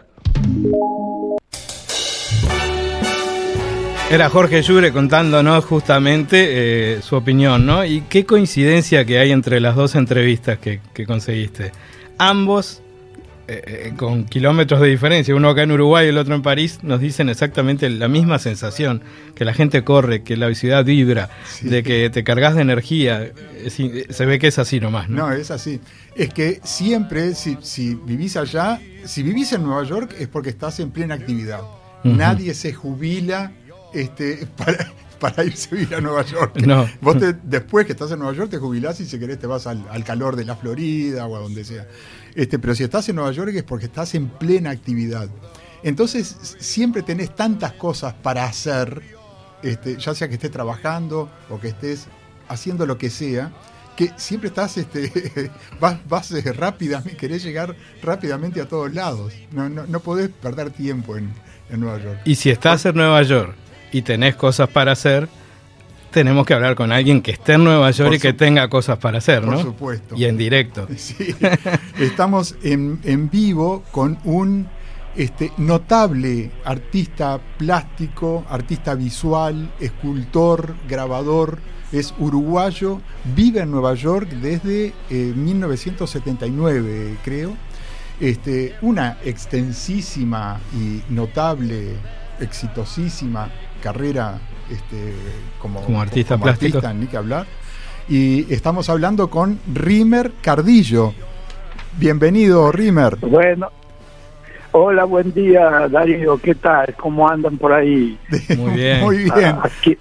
Era Jorge Llure contándonos justamente eh, su opinión, ¿no? Y qué coincidencia que hay entre las dos entrevistas que, que conseguiste. Ambos, eh, eh, con kilómetros de diferencia, uno acá en Uruguay y el otro en París, nos dicen exactamente la misma sensación, que la gente corre, que la ciudad vibra, sí, de que te cargas de energía. Es, se ve que es así nomás, ¿no? No, es así. Es que siempre, si, si vivís allá, si vivís en Nueva York, es porque estás en plena actividad. Uh-huh. Nadie se jubila este, para, para irse a vivir a Nueva York. No. Vos te, después que estás en Nueva York te jubilás y si querés te vas al, al calor de la Florida o a donde sea. Este, pero si estás en Nueva York es porque estás en plena actividad. Entonces siempre tenés tantas cosas para hacer, este, ya sea que estés trabajando o que estés haciendo lo que sea, que siempre estás, este, vas, vas eh, rápidamente, querés llegar rápidamente a todos lados. No, no, no podés perder tiempo en, en Nueva York. Y si estás en Nueva York y tenés cosas para hacer, tenemos que hablar con alguien que esté en Nueva York por y que su... tenga cosas para hacer, ¿no? Por supuesto. Y en directo. Sí. Estamos en, en vivo con un este, notable artista plástico, artista visual, escultor, grabador. Es uruguayo, vive en Nueva York desde eh, mil novecientos setenta y nueve, creo. Este, una extensísima y notable, exitosísima carrera este, como, como artista como plástico. Artista, ni que hablar. Y estamos hablando con Rimer Cardillo. Bienvenido, Rimer. Bueno, hola, buen día, Darío. ¿Qué tal? ¿Cómo andan por ahí? Muy bien. Muy bien. Ah, aquí...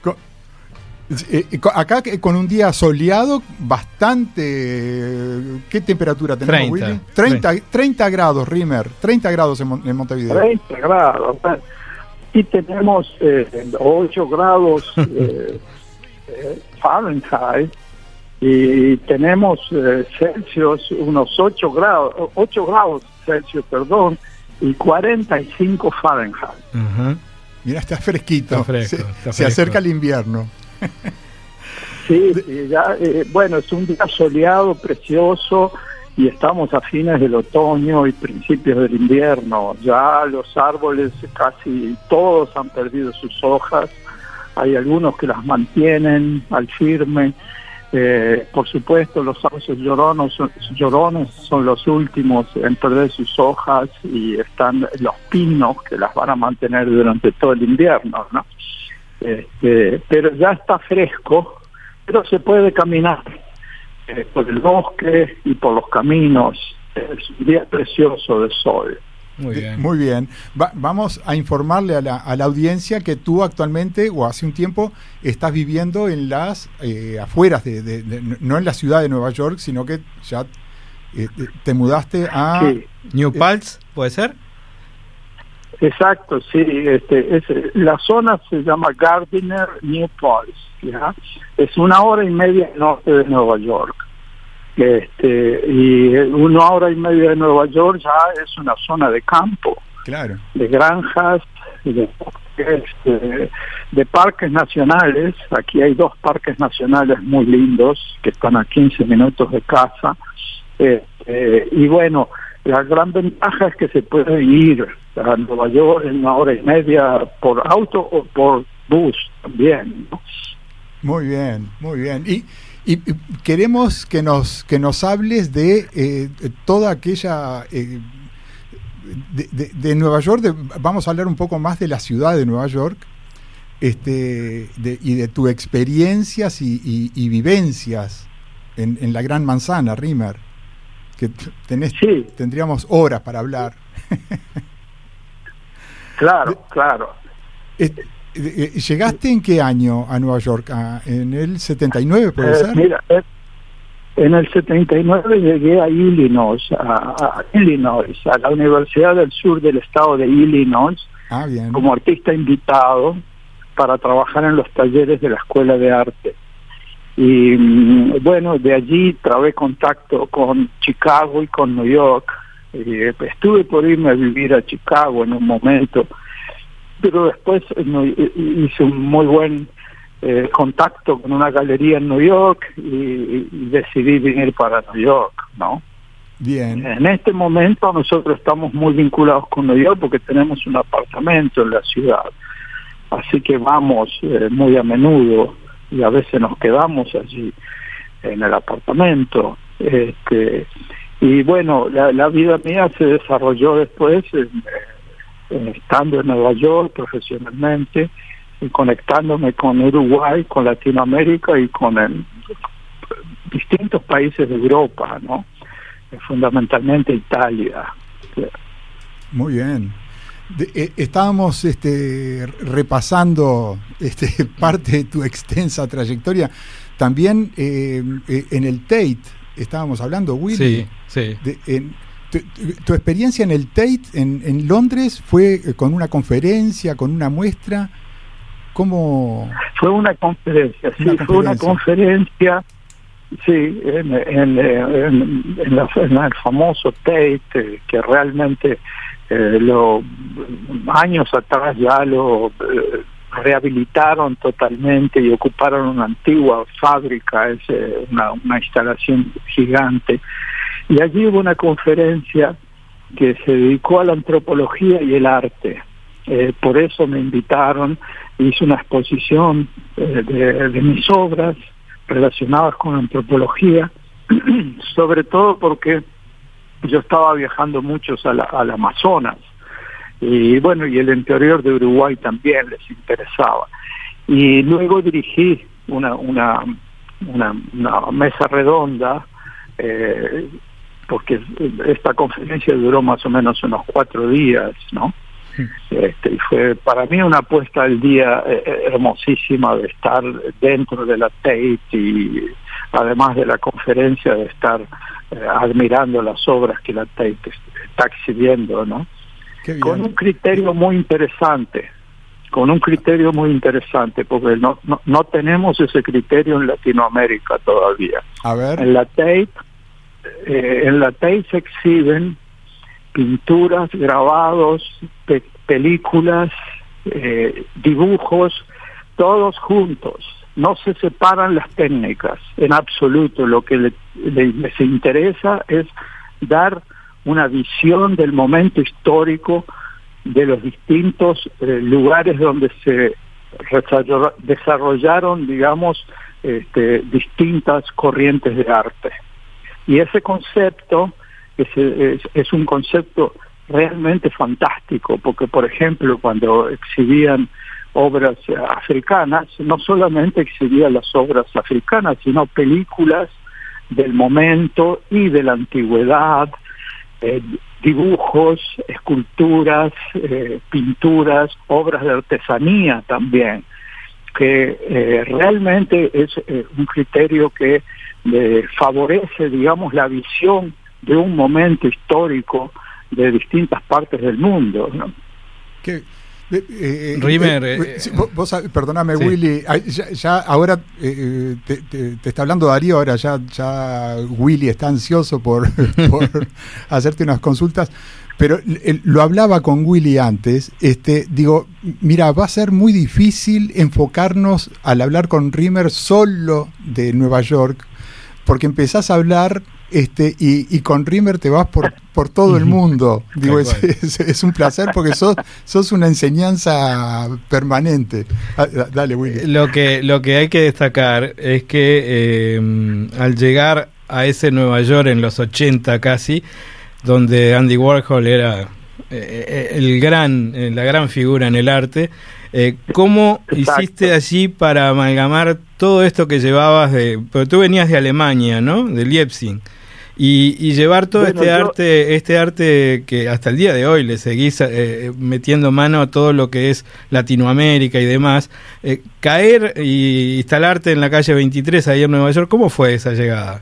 Acá con un día soleado, bastante... ¿Qué temperatura tenemos, treinta, Willy? treinta, treinta grados, Rimer. treinta grados en, en Montevideo. treinta grados. Y tenemos eh, ocho grados eh, eh, Fahrenheit y tenemos eh, Celsius, unos ocho grados, ocho grados Celsius, perdón, y cuarenta y cinco Fahrenheit. Uh-huh. Mira, está fresquito. Está fresco, se, está se fresco. acerca el invierno. Sí, sí, ya, eh, bueno, es un día soleado, precioso, y estamos a fines del otoño y principios del invierno. Ya los árboles casi todos han perdido sus hojas, hay algunos que las mantienen al firme. Eh, por supuesto, los sauces lloronos, llorones son los últimos en perder sus hojas y están los pinos que las van a mantener durante todo el invierno, ¿no? Este, pero ya está fresco, pero se puede caminar eh, por el bosque y por los caminos. Es un día precioso de sol. Muy bien. Muy bien. Va, vamos a informarle a la, a la audiencia que tú actualmente, o hace un tiempo, estás viviendo en las eh, afueras, de, de, de, no en la ciudad de Nueva York, sino que ya eh, te mudaste a... Sí. New Paltz, ¿puede ser? Exacto, sí. Este, es, la zona se llama Gardiner New Paltz, ¿ya? Es una hora y media norte de Nueva York. Este, y una hora y media de Nueva York ya es una zona de campo, claro, de granjas, de, de, de parques nacionales. Aquí hay dos parques nacionales muy lindos que están a quince minutos de casa. Este, y bueno, la gran ventaja es que se puede ir a Nueva York en una hora y media por auto o por bus también, ¿no? Muy bien, muy bien. Y Y queremos que nos que nos hables de eh, toda aquella eh, de, de, de Nueva York. De, vamos a hablar un poco más de la ciudad de Nueva York, este, de, y de tus experiencias y, y, y vivencias en, en la Gran Manzana, Rimer. Que tenés, sí. Tendríamos horas para hablar. Claro, claro. Este, ¿Llegaste en qué año a Nueva York? ¿A, ¿En el setenta y nueve, puede eh, ser? Mira, eh, en el setenta y nueve llegué a Illinois, a, a Illinois, a la Universidad del Sur del estado de Illinois, ah, bien. como artista invitado para trabajar en los talleres de la Escuela de Arte. Y bueno, de allí trabé contacto con Chicago y con New York. Y estuve por irme a vivir a Chicago en un momento, pero después no, hice un muy buen eh, contacto con una galería en New York y, y decidí venir para New York, ¿no? Bien. En este momento nosotros estamos muy vinculados con New York porque tenemos un apartamento en la ciudad, así que vamos eh, muy a menudo y a veces nos quedamos allí en el apartamento. Este, y bueno, la, la vida mía se desarrolló después en, en estando en Nueva York profesionalmente y conectándome con Uruguay, con Latinoamérica y con el, distintos países de Europa, ¿no? Fundamentalmente Italia. Muy bien. De, eh, estábamos este, repasando este, parte de tu extensa trayectoria. También eh, eh, en el Tate estábamos hablando, Willy. Sí, sí. De, en, tu, tu experiencia en el Tate, en, en Londres, fue con una conferencia, con una muestra. ¿Cómo? Fue una conferencia, sí, una fue conferencia. una conferencia, sí, en, en, en, en, la, en el famoso Tate, que realmente eh, lo años atrás ya lo eh, rehabilitaron totalmente y ocuparon una antigua fábrica, es eh, una, una instalación gigante. Y allí hubo una conferencia que se dedicó a la antropología y el arte. Eh, por eso me invitaron, hice una exposición eh, de, de mis obras relacionadas con antropología, sobre todo porque yo estaba viajando muchos a la, al Amazonas, y bueno, y el interior de Uruguay también les interesaba. Y luego dirigí una, una, una, una mesa redonda, eh, porque esta conferencia duró más o menos unos cuatro días, ¿no? Este, y fue para mí una puesta al día eh, hermosísima de estar dentro de la Tate y además de la conferencia de estar eh, admirando las obras que la Tate está exhibiendo, ¿no? Con un criterio muy interesante, con un criterio muy interesante, porque no, no, no tenemos ese criterio en Latinoamérica todavía. A ver. En la Tate, eh, en la Tate se exhiben pinturas, grabados, pe películas, eh, dibujos, todos juntos. No se separan las técnicas en absoluto. Lo que le, le, les interesa es dar una visión del momento histórico de los distintos eh, lugares donde se desarrollaron, digamos, este, distintas corrientes de arte. Y ese concepto Es, es, es un concepto realmente fantástico, porque por ejemplo cuando exhibían obras africanas, no solamente exhibían las obras africanas, sino películas del momento y de la antigüedad, eh, dibujos, esculturas, eh, pinturas, obras de artesanía también, que eh, realmente es eh, un criterio que eh, favorece, digamos, la visión de un momento histórico de distintas partes del mundo, ¿no? ¿Qué? Eh, eh, Rimer, eh, eh, eh, vos, vos, perdóname, sí. Willy, ya, ya ahora eh, te, te, te está hablando Darío, ahora ya, ya Willy está ansioso por, por hacerte unas consultas, pero eh, lo hablaba con Willy antes, este, digo, mira, va a ser muy difícil enfocarnos al hablar con Rimer solo de Nueva York, porque empezás a hablar este y, y con Rimer te vas por, por todo el mundo. Digo, es, es, es un placer porque sos, sos una enseñanza permanente. Dale, Willy. Lo que, lo que hay que destacar es que eh, al llegar a ese Nueva York en los ochenta casi, donde Andy Warhol era eh, el gran, eh, la gran figura en el arte, Eh, ¿cómo Exacto. hiciste allí para amalgamar todo esto que llevabas de... Pero tú venías de Alemania, ¿no? De Leipzig. Y, y llevar todo bueno, este yo... arte este arte que hasta el día de hoy le seguís eh, metiendo mano a todo lo que es Latinoamérica y demás. Eh, caer y instalarte en la calle veintitrés ahí en Nueva York, ¿cómo fue esa llegada?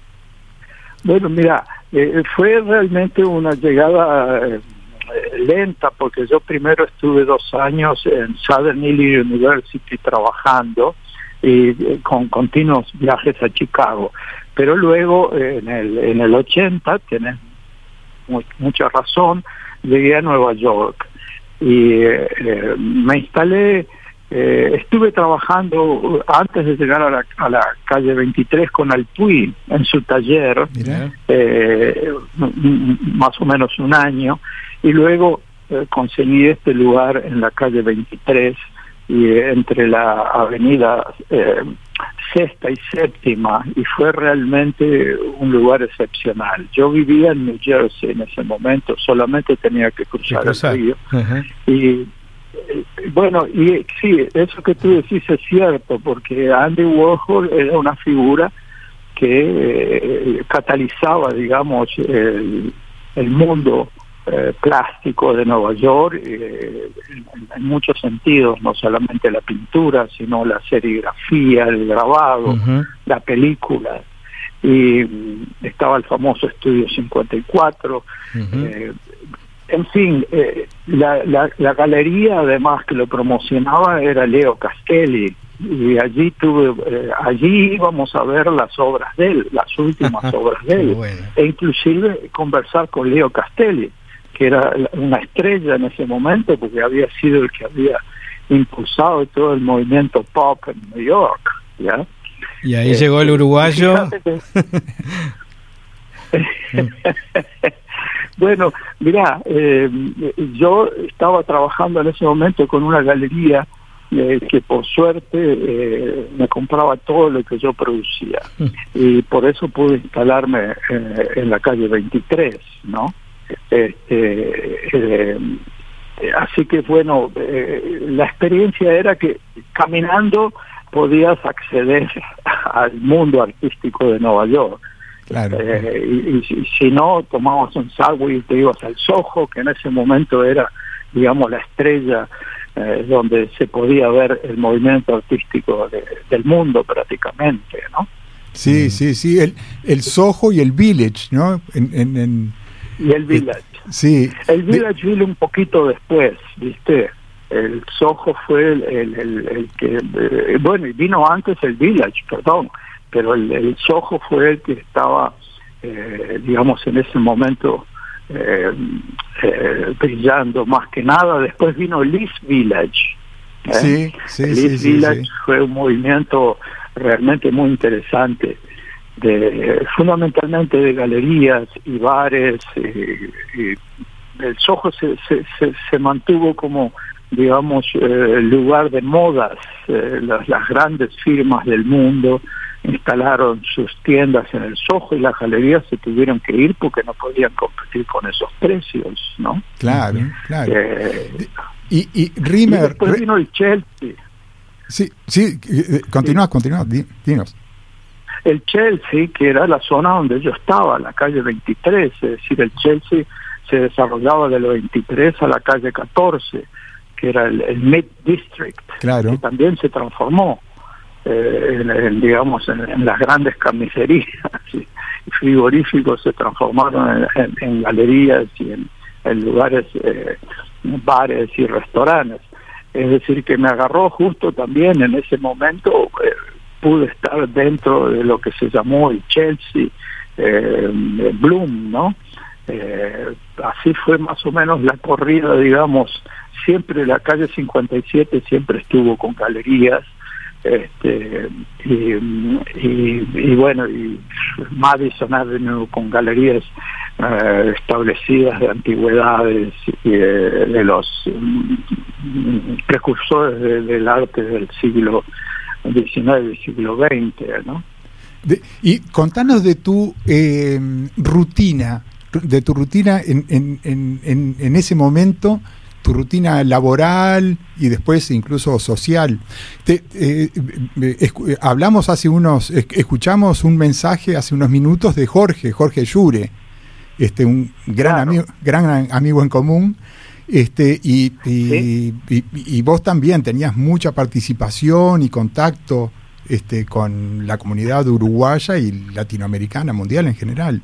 Bueno, mira, eh, fue realmente una llegada... Eh, lenta, porque yo primero estuve dos años en Southern Illinois University trabajando y eh, con continuos viajes a Chicago, pero luego eh, en el en el ochenta, tienes mu mucha razón, llegué a Nueva York y eh, eh, me instalé, eh, estuve trabajando antes de llegar a la, a la calle veintitrés con Alpuy en su taller, eh, más o menos un año, y luego eh, conseguí este lugar en la calle veintitrés y eh, entre la avenida eh, Sexta y Séptima, y fue realmente un lugar excepcional. Yo vivía en New Jersey en ese momento, solamente tenía que cruzar, cruzar. el río. Uh-huh. Y eh, bueno, y sí, eso que tú decís es cierto, porque Andy Warhol era una figura que eh, catalizaba, digamos, el, el mundo eh, plástico de Nueva York, eh, en, en muchos sentidos, no solamente la pintura, sino la serigrafía, el grabado, uh-huh. la película. Y estaba el famoso Estudio cincuenta y cuatro. Uh-huh. eh, en fin, eh, la, la, la galería además que lo promocionaba era Leo Castelli, y allí tuve eh, allí íbamos a ver las obras de él, las últimas obras de él, bueno. E inclusive conversar con Leo Castelli, que era una estrella en ese momento porque había sido el que había impulsado todo el movimiento pop en New York, ¿ya? Y ahí eh, llegó el uruguayo. Que... Bueno, mirá, eh, yo estaba trabajando en ese momento con una galería eh, que por suerte eh, me compraba todo lo que yo producía, y por eso pude instalarme eh, en la calle veintitrés, ¿no? Este, eh, así que bueno, eh, la experiencia era que caminando podías acceder al mundo artístico de Nueva York. Claro. Eh, y, y, y si no, tomabas un subway y te ibas al Soho, que en ese momento era, digamos, la estrella eh, donde se podía ver el movimiento artístico de, del mundo prácticamente, ¿no? Sí, mm. sí, sí, el, el Soho y el Village, ¿no? En, en, en, y el Village. Eh, sí. El Village de... vino un poquito después, ¿viste? El Soho fue el, el, el, el que... Eh, bueno, y vino antes el Village, perdón. Pero el, el Soho fue el que estaba, eh, digamos, en ese momento eh, eh, brillando más que nada. Después vino el East Village. ¿eh? Sí, sí, el sí, East sí, Village sí. fue un movimiento realmente muy interesante, de fundamentalmente de galerías y bares. Y, y el Soho se, se, se, se mantuvo como, digamos, eh, lugar de modas. Eh, las, las grandes firmas del mundo instalaron sus tiendas en el Soho y las galerías se tuvieron que ir porque no podían competir con esos precios, ¿no? Claro, claro. Eh, y, y Rimmer... Y después vino el Chelsea. Sí, sí, continúa, sí. continúa, dinos. El Chelsea, que era la zona donde yo estaba, la calle veintitrés, es decir, el Chelsea se desarrollaba de la veintitrés a la calle catorce, que era el, el Mid District, claro. que también se transformó. Eh, en, en, digamos en, en las grandes carnicerías y frigoríficos se transformaron en, en, en galerías y en, en lugares, eh, bares y restaurantes. Es decir, que me agarró justo también en ese momento, eh, pude estar dentro de lo que se llamó el Chelsea eh, Bloom, ¿no? Eh, así fue más o menos la corrida, digamos. Siempre la calle cincuenta y siete siempre estuvo con galerías. Este, y, y, y bueno, y Madison Avenue con galerías eh, establecidas de antigüedades y de, de los um, precursores de, del arte del siglo diecinueve y siglo veinte, ¿no? De, y contanos de tu eh, rutina, de tu rutina en, en, en, en, en ese momento, tu rutina laboral y después incluso social. Te, eh, escu- hablamos hace unos, escuchamos un mensaje hace unos minutos de Jorge, Jorge Llure, este, un gran claro. amigo, gran amigo en común, este, y, y, ¿sí? y, y vos también tenías mucha participación y contacto este, con la comunidad uruguaya y latinoamericana, mundial en general.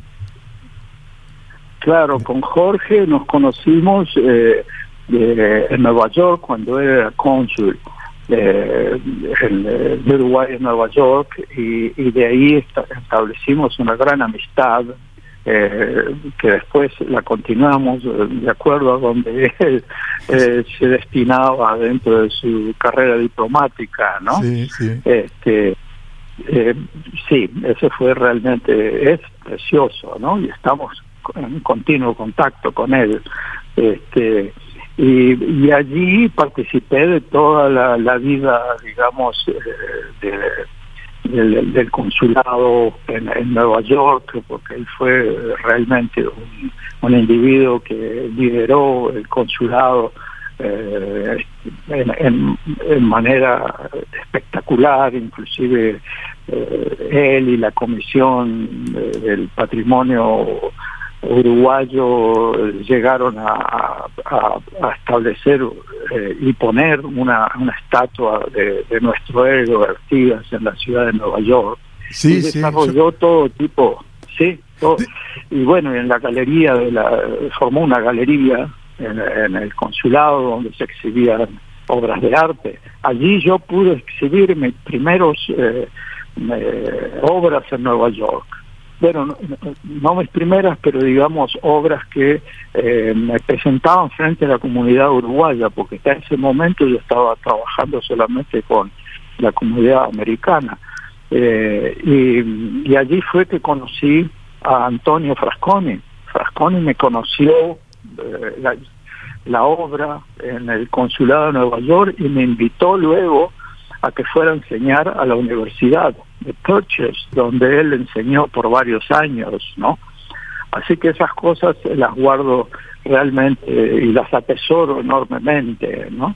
Claro, con Jorge nos conocimos eh, de, en Nueva York cuando era cónsul eh, en, de Uruguay en Nueva York, y, y de ahí esta, establecimos una gran amistad eh, que después la continuamos de acuerdo a donde él eh, se destinaba dentro de su carrera diplomática, ¿no? Sí, sí. Este, eh, sí, eso fue realmente, es precioso, ¿no? Y estamos en continuo contacto con él. Este, y, y allí participé de toda la, la vida, digamos, eh, de, del, del consulado en, en Nueva York, porque él fue realmente un, un individuo que lideró el consulado eh, en, en, en manera espectacular, inclusive eh, él y la Comisión de, del Patrimonio uruguayos llegaron a, a, a establecer eh, y poner una, una estatua de, de nuestro héroe Artigas en la ciudad de Nueva York. Sí, y sí, desarrolló yo... todo tipo, sí, todo. Y bueno, en la galería de la, formó una galería en, en el consulado donde se exhibían obras de arte. Allí yo pude exhibir mis primeros eh, eh, obras en Nueva York. Bueno, no, no mis primeras, pero digamos obras que eh, me presentaban frente a la comunidad uruguaya, porque hasta ese momento yo estaba trabajando solamente con la comunidad americana. Eh, y, y allí fue que conocí a Antonio Frasconi. Frasconi me conoció eh, la, la obra en el consulado de Nueva York y me invitó luego a que fuera a enseñar a la universidad de Purchase, donde él enseñó por varios años, ¿no? Así que esas cosas las guardo realmente y las atesoro enormemente, ¿no?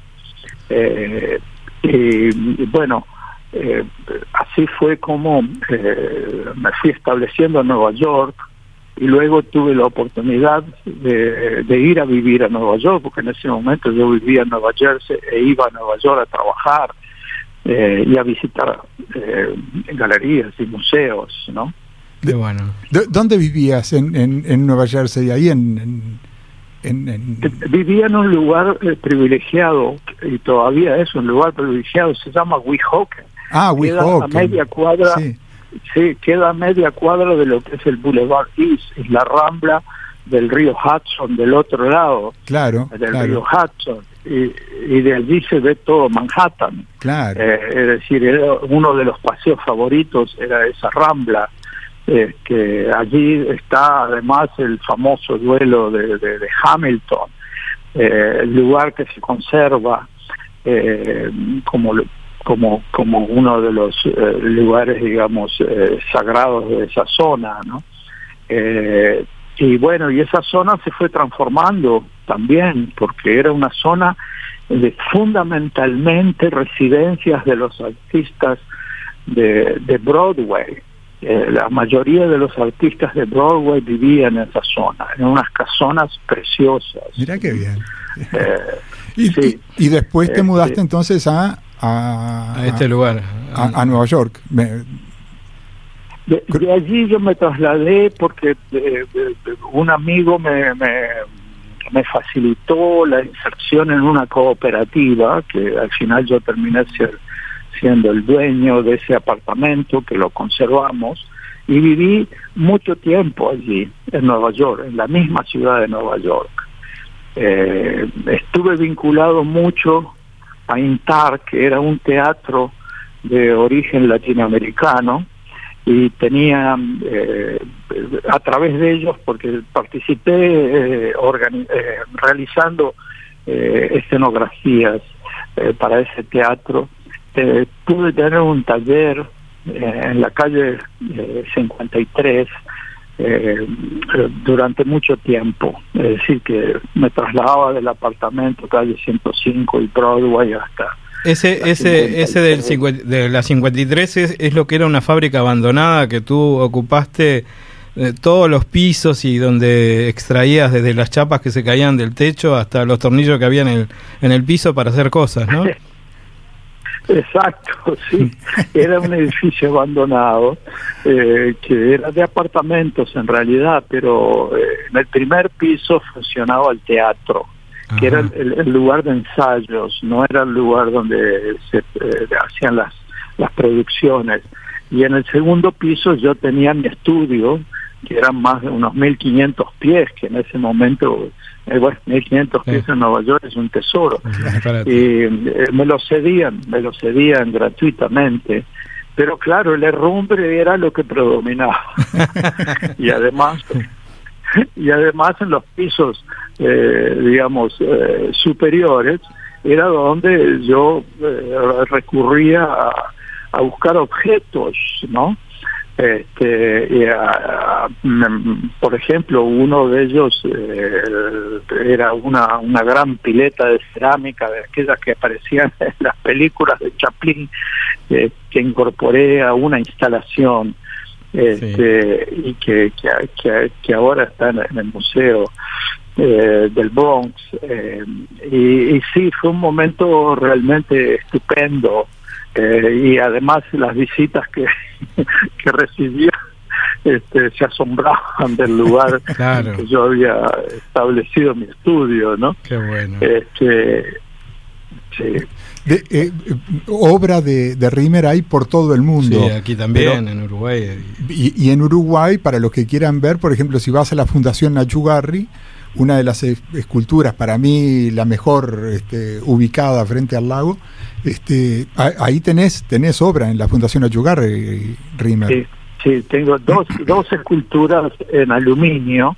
Eh, y, y bueno, eh, así fue como eh, me fui estableciendo en Nueva York, y luego tuve la oportunidad de, de ir a vivir a Nueva York, porque en ese momento yo vivía en Nueva Jersey e iba a Nueva York a trabajar eh, y a visitar eh, galerías y museos, ¿no? De, bueno. ¿De, ¿Dónde vivías en, en, en Nueva Jersey? Ahí en, en, en, en... Vivía en un lugar eh, privilegiado, y todavía es un lugar privilegiado, se llama Weehawken. Ah, Weehawken. A media cuadra. Sí. Sí, queda a media cuadra de lo que es el Boulevard East, es la rambla del río Hudson del otro lado, claro, del claro. río Hudson, y, y de allí se ve todo Manhattan. Claro. Eh, es decir, era uno de los paseos favoritos era esa rambla, eh, que allí está además el famoso duelo de, de, de Hamilton, eh, el lugar que se conserva eh, como como como uno de los eh, lugares, digamos, eh, sagrados de esa zona, ¿no? Eh, y bueno, y esa zona se fue transformando también, porque era una zona de fundamentalmente residencias de los artistas de, de Broadway. Eh, la mayoría de los artistas de Broadway vivían en esa zona, en unas casonas preciosas. Mira qué bien. Eh, y, sí. y, y después te este, mudaste entonces a A, a este lugar, a, a Nueva York. Me... De, de allí yo me trasladé porque eh, un amigo me, me, me facilitó la inserción en una cooperativa, que al final yo terminé ser, siendo el dueño de ese apartamento, que lo conservamos, y viví mucho tiempo allí, en Nueva York, en la misma ciudad de Nueva York. Eh, estuve vinculado mucho a INTAR, que era un teatro de origen latinoamericano, y tenía eh, a través de ellos, porque participé eh, organi- eh, realizando eh, escenografías eh, para ese teatro, eh, pude tener un taller eh, en la calle eh, cincuenta y tres eh, durante mucho tiempo, es decir, que me trasladaba del apartamento calle ciento cinco y Broadway hasta ese ese ese del cincuenta, de la cincuenta y tres es, es lo que era una fábrica abandonada que tú ocupaste eh, todos los pisos, y donde extraías desde las chapas que se caían del techo hasta los tornillos que había en el en el piso para hacer cosas, ¿no? Exacto, sí. Era un edificio abandonado, eh, que era de apartamentos en realidad, pero eh, en el primer piso funcionaba el teatro, Ajá. que era el, el lugar de ensayos, no era el lugar donde se eh, hacían las, las producciones. Y en el segundo piso yo tenía mi estudio, que eran más de unos mil quinientos pies, que en ese momento, eh, bueno, mil quinientos pies sí. en Nueva York es un tesoro. Y eh, me lo cedían, me lo cedían gratuitamente, pero claro, el herrumbre era lo que predominaba. y además y además en los pisos, eh, digamos, eh, superiores, era donde yo eh, recurría a, a buscar objetos, ¿no? Este, y a, a, por ejemplo, uno de ellos eh, era una, una gran pileta de cerámica, de aquellas que aparecían en las películas de Chaplin, eh, que incorporé a una instalación este, sí. y que, que, que, que ahora está en, en el museo eh, del Bronx. Eh, y, y sí, fue un momento realmente estupendo. Eh, y además las visitas que, que recibía este, se asombraban del lugar claro. que yo había establecido mi estudio, ¿no? Qué bueno. Este, sí. De, eh, obra de, de Riemer hay por todo el mundo. Sí, aquí también, pero, en Uruguay. Y, y en Uruguay, para los que quieran ver, por ejemplo, si vas a la Fundación Nachugarri, una de las esculturas, para mí la mejor este, ubicada frente al lago, este, ahí tenés tenés obra en la Fundación Nachugarri, Riemer. Sí, sí, tengo dos, dos esculturas en aluminio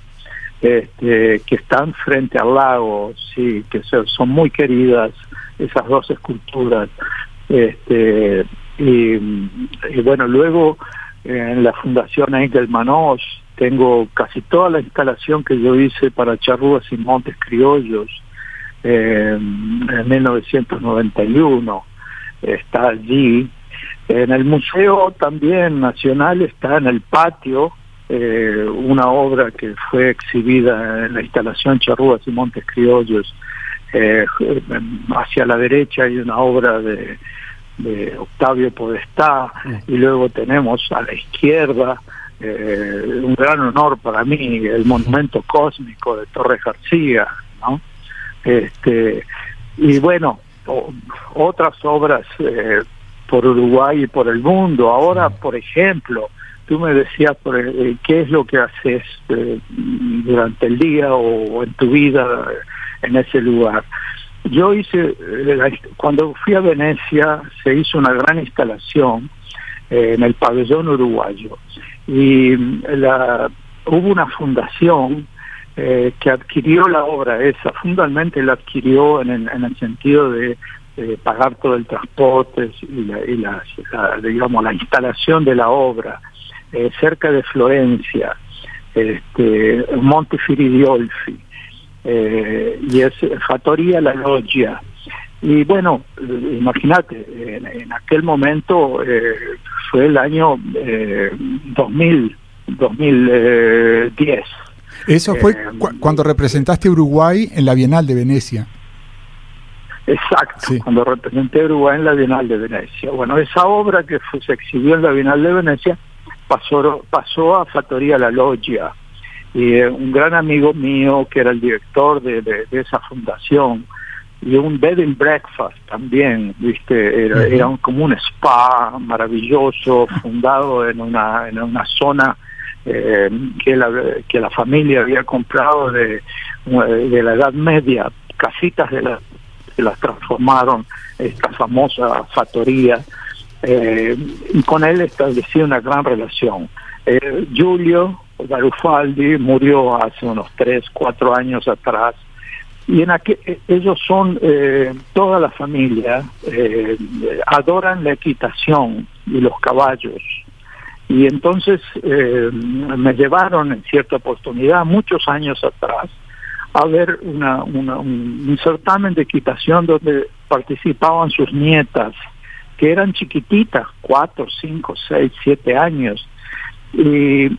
este, que están frente al lago, sí, que son muy queridas esas dos esculturas. Este, y, y bueno, luego en la Fundación Engelmann-Oz tengo casi toda la instalación que yo hice para charrúas y montes criollos eh, en mil novecientos noventa y uno. Está allí. En el Museo también Nacional está en el patio eh, una obra que fue exhibida en la instalación Charrúas y Montes Criollos. Eh, hacia la derecha hay una obra de, de Octavio Podestá, y luego tenemos a la izquierda eh, un gran honor para mí, el monumento cósmico de Torres García, ¿no? Este, y bueno, o, otras obras eh, por Uruguay y por el mundo. Ahora, por ejemplo, tú me decías por, eh, qué es lo que haces eh, durante el día o, o en tu vida en ese lugar. Yo hice, cuando fui a Venecia, se hizo una gran instalación eh, en el pabellón uruguayo, y la, hubo una fundación eh, que adquirió la obra esa. Fundamentalmente la adquirió en, en el sentido de eh, pagar todo el transporte y, la, y la, la, digamos, la instalación de la obra eh, cerca de Florencia, este, Monte Firidiolfi. Eh, y es Fattoria La Loggia. Y bueno, eh, imagínate, en, en aquel momento eh, fue el año eh, dos mil, dos mil diez. Eso fue eh, cu cuando representaste Uruguay en la Bienal de Venecia. Exacto, sí. Cuando representé a Uruguay en la Bienal de Venecia. Bueno, esa obra que fue, se exhibió en la Bienal de Venecia pasó, pasó a Fattoria La Loggia. Y eh, un gran amigo mío que era el director de, de, de esa fundación, y un bed and breakfast también, viste, era, era un, como un spa maravilloso fundado en una en una zona eh, que la que la familia había comprado de, de la Edad Media, casitas de las que las transformaron esta famosa fattoría, eh, y con él establecí una gran relación. eh, Giulio Garufaldi murió hace unos tres, cuatro años atrás, y en aquel, ellos son, eh, toda la familia, eh, adoran la equitación y los caballos, y entonces eh, me llevaron en cierta oportunidad, muchos años atrás, a ver una, una, un, un certamen de equitación donde participaban sus nietas, que eran chiquititas, cuatro, cinco, seis, siete años, y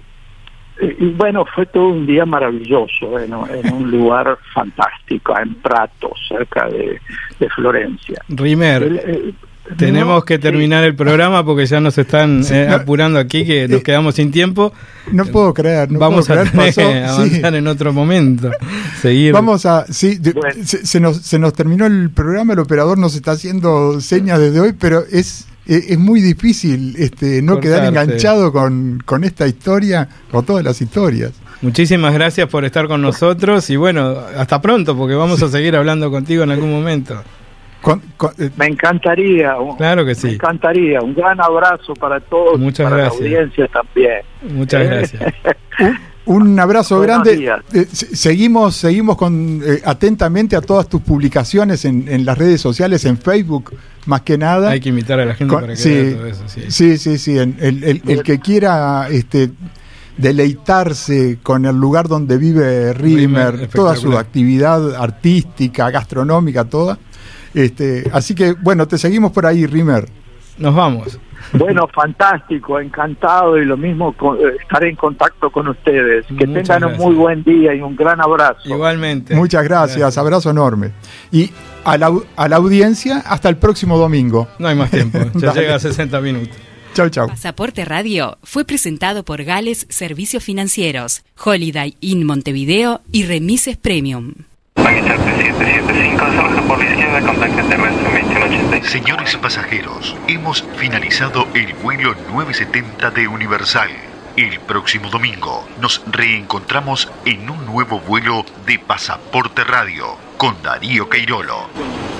Y bueno, fue todo un día maravilloso en, en un lugar fantástico, en Prato, cerca de, de Florencia. Riemer, el, el, tenemos no, que terminar sí. el programa porque ya nos están sí, eh, no, apurando aquí, que nos quedamos sin tiempo. No puedo creer, no Vamos puedo a creer, pasó, avanzar sí. en otro momento. Seguir. Vamos a, sí, bueno. se, se, nos, se nos terminó el programa, el operador nos está haciendo señas desde hoy, pero es... es muy difícil este, no Cortarte. quedar enganchado con, con esta historia, con todas las historias. Muchísimas gracias por estar con nosotros y bueno, hasta pronto, porque vamos sí. a seguir hablando contigo en algún momento. Con, con, eh, me encantaría, claro que sí. Me encantaría. Un gran abrazo para todos, Muchas para gracias. la audiencia también. Muchas gracias. Un abrazo Buenos grande. Eh, seguimos seguimos con eh, atentamente a todas tus publicaciones en, en las redes sociales, en Facebook, más que nada. Hay que invitar a la gente con, para que sí, vea todo eso. Sí, sí, sí. sí. El, el, el, el que quiera este, deleitarse con el lugar donde vive Riemer, Riemer toda su actividad artística, gastronómica, toda. Este, así que, bueno, te seguimos por ahí, Riemer. Nos vamos. Bueno, fantástico, encantado y lo mismo con, eh, estar en contacto con ustedes. Que Muchas tengan gracias. Un muy buen día y un gran abrazo. Igualmente. Muchas gracias, gracias. Abrazo enorme. Y a la, a la audiencia, hasta el próximo domingo. No hay más tiempo, ya llega a sesenta minutos. Chau, chau. Pasaporte Radio fue presentado por Gales Servicios Financieros, Holiday Inn Montevideo y Remises Premium. Señores pasajeros, hemos finalizado el vuelo nueve setenta de Universal. El próximo domingo nos reencontramos en un nuevo vuelo de Pasaporte Radio con Darío Queirolo.